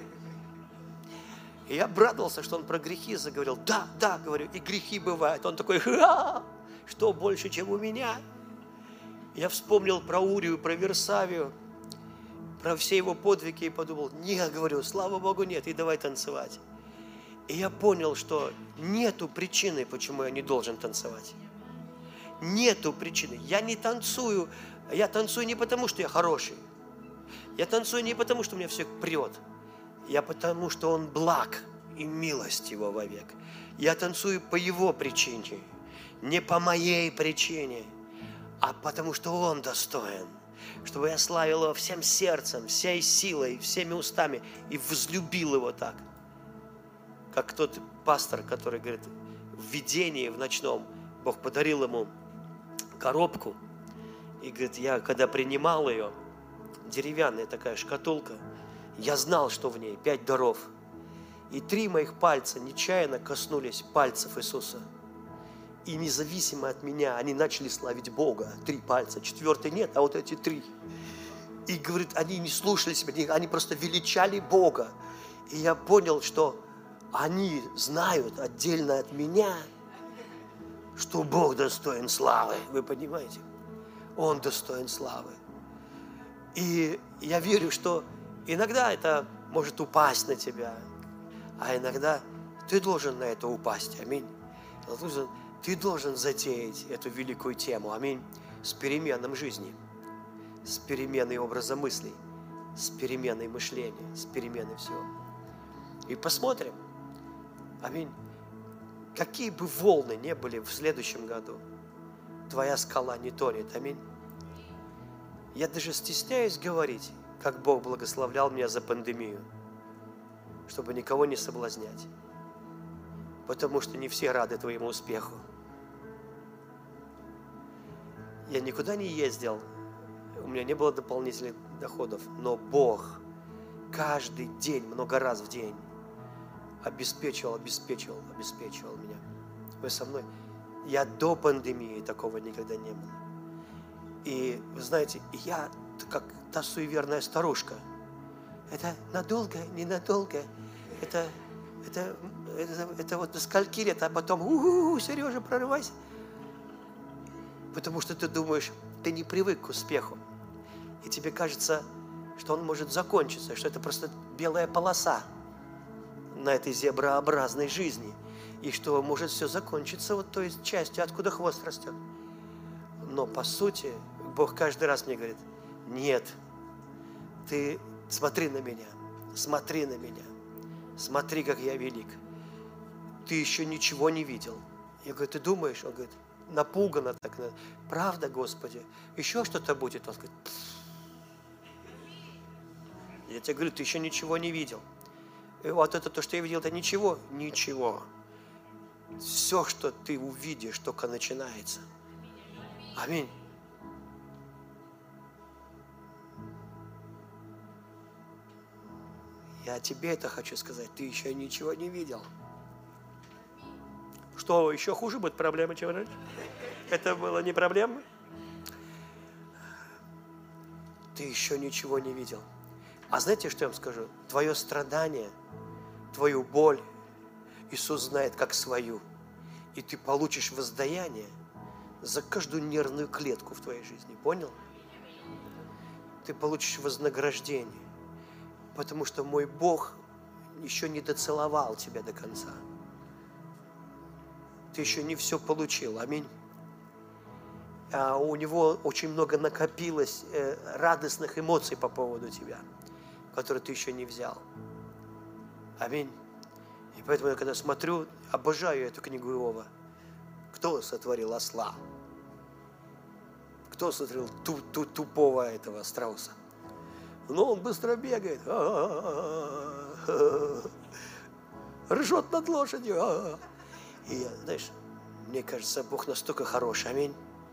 И я обрадовался, что он про грехи заговорил. Да, говорю, и грехи бывают. Он такой, что больше, чем у меня? Я вспомнил про Урию, про Версавию, про все его подвиги и подумал, нет, говорю, слава Богу, нет, и давай танцевать. И я понял, что нету причины, почему я не должен танцевать. Нету причины. Я не танцую. Я танцую не потому, что я хороший. Я танцую не потому, что у меня все прет. Я потому, что Он благ и милость Его вовек. Я танцую по Его причине. Не по моей причине, а потому, что Он достоин. Чтобы я славил Его всем сердцем, всей силой, всеми устами и возлюбил Его так. Как тот пастор, который говорит, в видении, в ночном, Бог подарил ему коробку. И говорит, я когда принимал ее, деревянная такая шкатулка, я знал, что в ней 5 даров. И 3 моих пальца нечаянно коснулись пальцев Иисуса. И независимо от меня, они начали славить Бога. 3 пальца, 4-й нет, а вот эти 3. И говорит, они не слушали себя, они просто величали Бога. И я понял, что они знают отдельно от меня, что Бог достоин славы. Вы понимаете? Он достоин славы. И я верю, что иногда это может упасть на тебя, а иногда ты должен на это упасть. Аминь. Ты должен затеять эту великую тему. Аминь. С переменом жизни, с переменой образа мыслей, с переменой мышления, с переменой всего. И посмотрим. Аминь. Какие бы волны не были в следующем году, твоя скала не тонет. Аминь. Я даже стесняюсь говорить, как Бог благословлял меня за пандемию, чтобы никого не соблазнять. Потому что не все рады твоему успеху. Я никуда не ездил, у меня не было дополнительных доходов, но Бог каждый день, много раз в день обеспечивал меня. Вы со мной? Я до пандемии такого никогда не было. И вы знаете, я как та суеверная старушка. Это надолго, ненадолго. Это вот до скольки лет, а потом, Сережа, прорывайся. Потому что ты думаешь, ты не привык к успеху. И тебе кажется, что он может закончиться, что это просто белая полоса на этой зеброобразной жизни. И что может все закончиться вот той частью, откуда хвост растет. Но по сути, Бог каждый раз мне говорит, нет, ты смотри на меня, смотри, как я велик. Ты еще ничего не видел. Я говорю, ты думаешь? Он говорит, напуганно так. Правда, Господи? Еще что-то будет? Он говорит, я тебе говорю, ты еще ничего не видел. И вот это то, что я видел, это ничего? Ничего. Все, что ты увидишь, только начинается. Аминь. Я тебе это хочу сказать. Ты еще ничего не видел. Что, еще хуже будет проблема, чем раньше? Это было не проблема? Ты еще ничего не видел. А знаете, что я вам скажу? Твое страдание, твою боль Иисус знает как свою. И ты получишь воздаяние за каждую нервную клетку в твоей жизни. Понял? Ты получишь вознаграждение. Потому что мой Бог еще не доцеловал тебя до конца. ты еще не все получил. Аминь. А у него очень много накопилось радостных эмоций по поводу тебя, которые ты еще не взял. Аминь. И поэтому я когда смотрю, обожаю эту книгу Иова. Кто сотворил осла? Кто сотворил тупого этого страуса? Ну, он быстро бегает. Ржет над лошадью. И, знаешь, мне кажется, Бог настолько хороший. Аминь.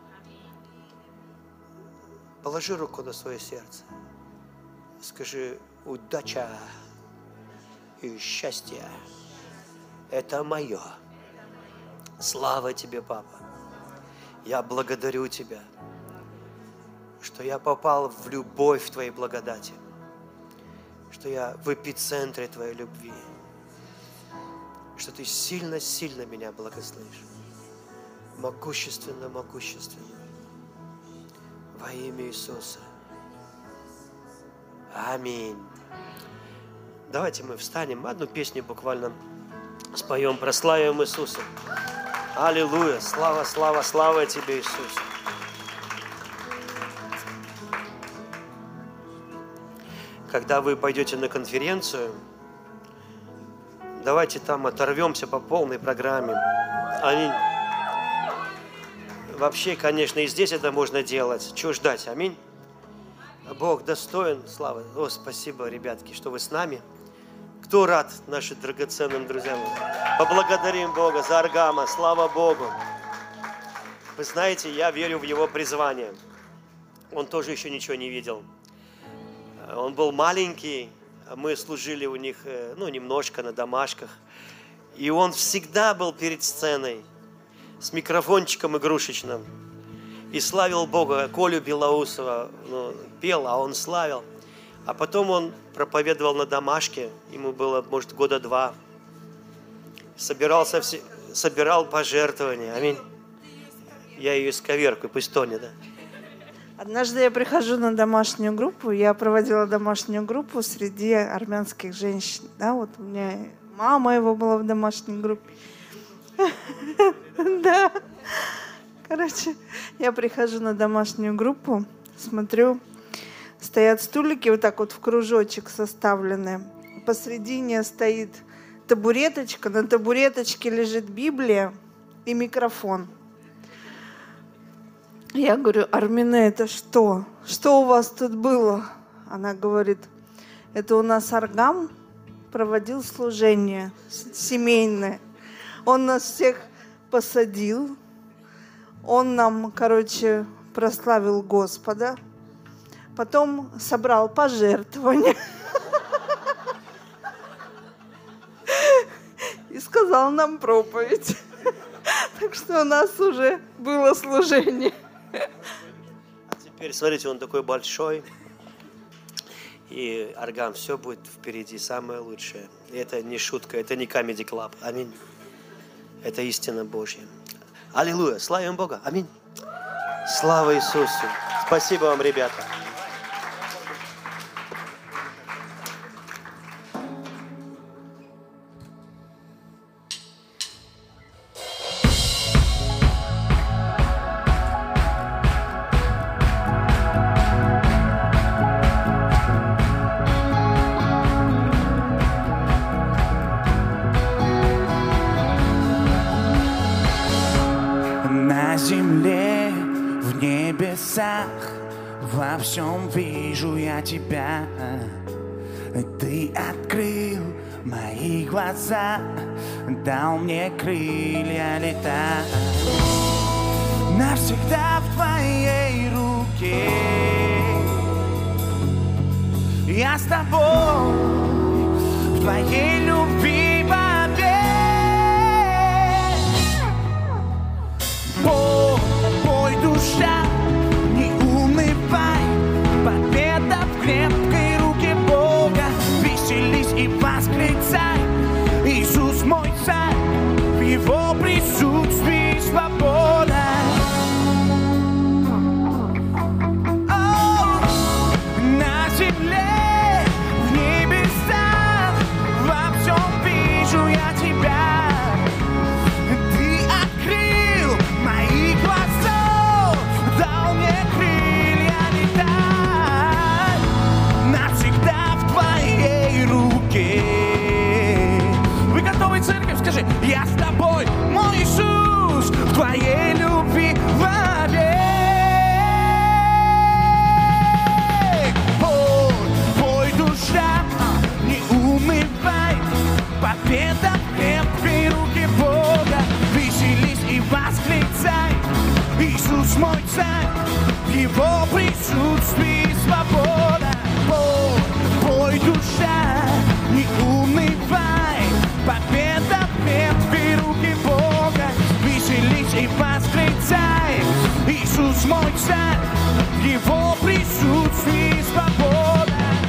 Положи руку на свое сердце. Скажи: удача и счастье – это мое. Слава тебе, Папа. Я благодарю Тебя, что я попал в любовь Твоей благодати, что я в эпицентре Твоей любви, что Ты сильно-сильно меня благословишь. Могущественно, могущественно. Во имя Иисуса. Аминь. Давайте мы встанем, одну песню буквально споем, прославим Иисуса. Аллилуйя! Слава, слава, слава Тебе, Иисус! Когда вы пойдете на конференцию, давайте там оторвемся по полной программе. Аминь. Вообще, конечно, и здесь это можно делать. Чего ждать? Аминь. Бог достоин славы. О, спасибо, ребятки, что вы с нами. Кто рад нашим драгоценным друзьям? Поблагодарим Бога за Аргама. Слава Богу. Вы знаете, я верю в его призвание. Он тоже еще ничего не видел. Он был маленький. Мы служили у них, немножко на домашках. И он всегда был перед сценой с микрофончиком игрушечным. И славил Бога. Колю Белоусова пел, а он славил. А потом он проповедовал на домашке. Ему было, может, года 2. Собирал пожертвования. Аминь. Я ее исковеркаю, пусть тонет, да? Однажды я прихожу на домашнюю группу. Я проводила домашнюю группу среди армянских женщин. Да, вот у меня мама его была в домашней группе. Да. Короче, я прихожу на домашнюю группу, смотрю, стоят стулики вот так вот в кружочек составлены. Посредине стоит табуреточка, на табуреточке лежит Библия и микрофон. Я говорю: Армине, это что? Что у вас тут было? Она говорит: это у нас Аргам проводил служение семейное. Он нас всех посадил. Он нам, прославил Господа. Потом собрал пожертвования. И сказал нам проповедь. Так что у нас уже было служение. А теперь, смотрите, он такой большой. И Аргам, все будет впереди, самое лучшее. И это не шутка, это не Comedy Club. Аминь. Это истина Божья. Аллилуйя. Славим Бога. Аминь. Слава Иисусу. Спасибо вам, ребята. Во всем вижу я тебя. Ты открыл мои глаза, дал мне крылья летать. Навсегда в твоей руке. Я с тобой в твоей любви вовек. Бой, душа, победа в крепкой руке Бога. Веселись и восклицай, Иисус мой царь, в Его присутствии свобода. На земле, в небесах, во всем тобой, я с тобой, мой Иисус, в твоей любви вовек. Пой, душа, не унывай, победа в крепкой руке Бога. Веселись и восклицай, Иисус мой царь, в Его присутствии свобода. Пой, душа, не унывай, победа в крепкой руке Бога. Веселись и восклицай, Иисус мой царь, в Его присутствии свобода.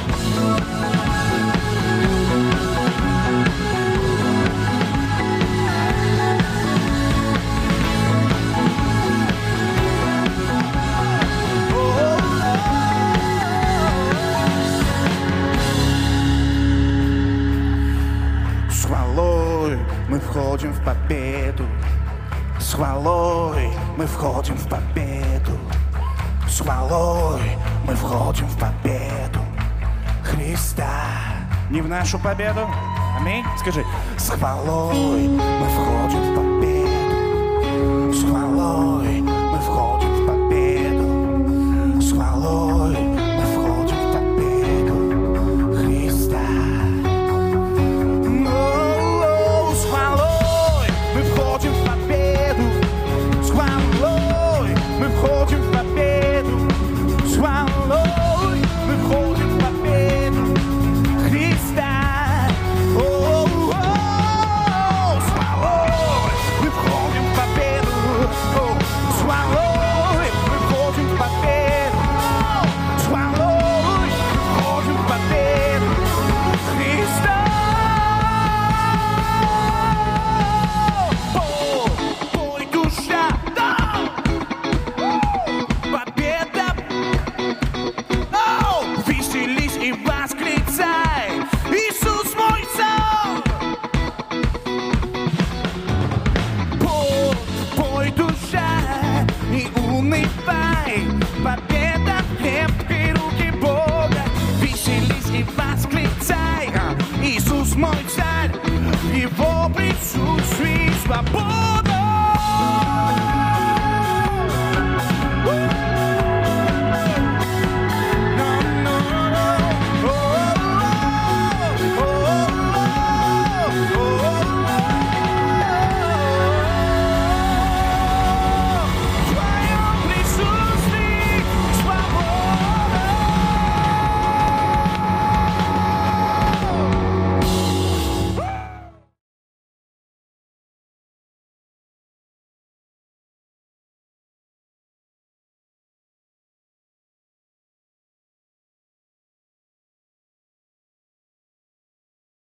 С хвалой мы входим в победу. С хвалой мы входим в победу. С хвалой мы входим в победу Христа. Не в нашу победу. Аминь. Скажи. С хвалой мы входим в победу. С хвалой мы входим в победу. С хвалой мы входим в победу Христа. С хвалой мы входим в победу. С хвалой мы входим в победу. С хвалой мы входим в победу Христа. С хвалой мы входим в победу. С хвалой мы входим в победу. С хвалой мы входим в победу Христа. Пой, душа, победа. Веселись и восклицай, Иисус мой царь. Пой, душа, не унывай, победа в крепкой руке Бога. Веселись и восклицай, Иисус мой царь, в Его присутствии свобода.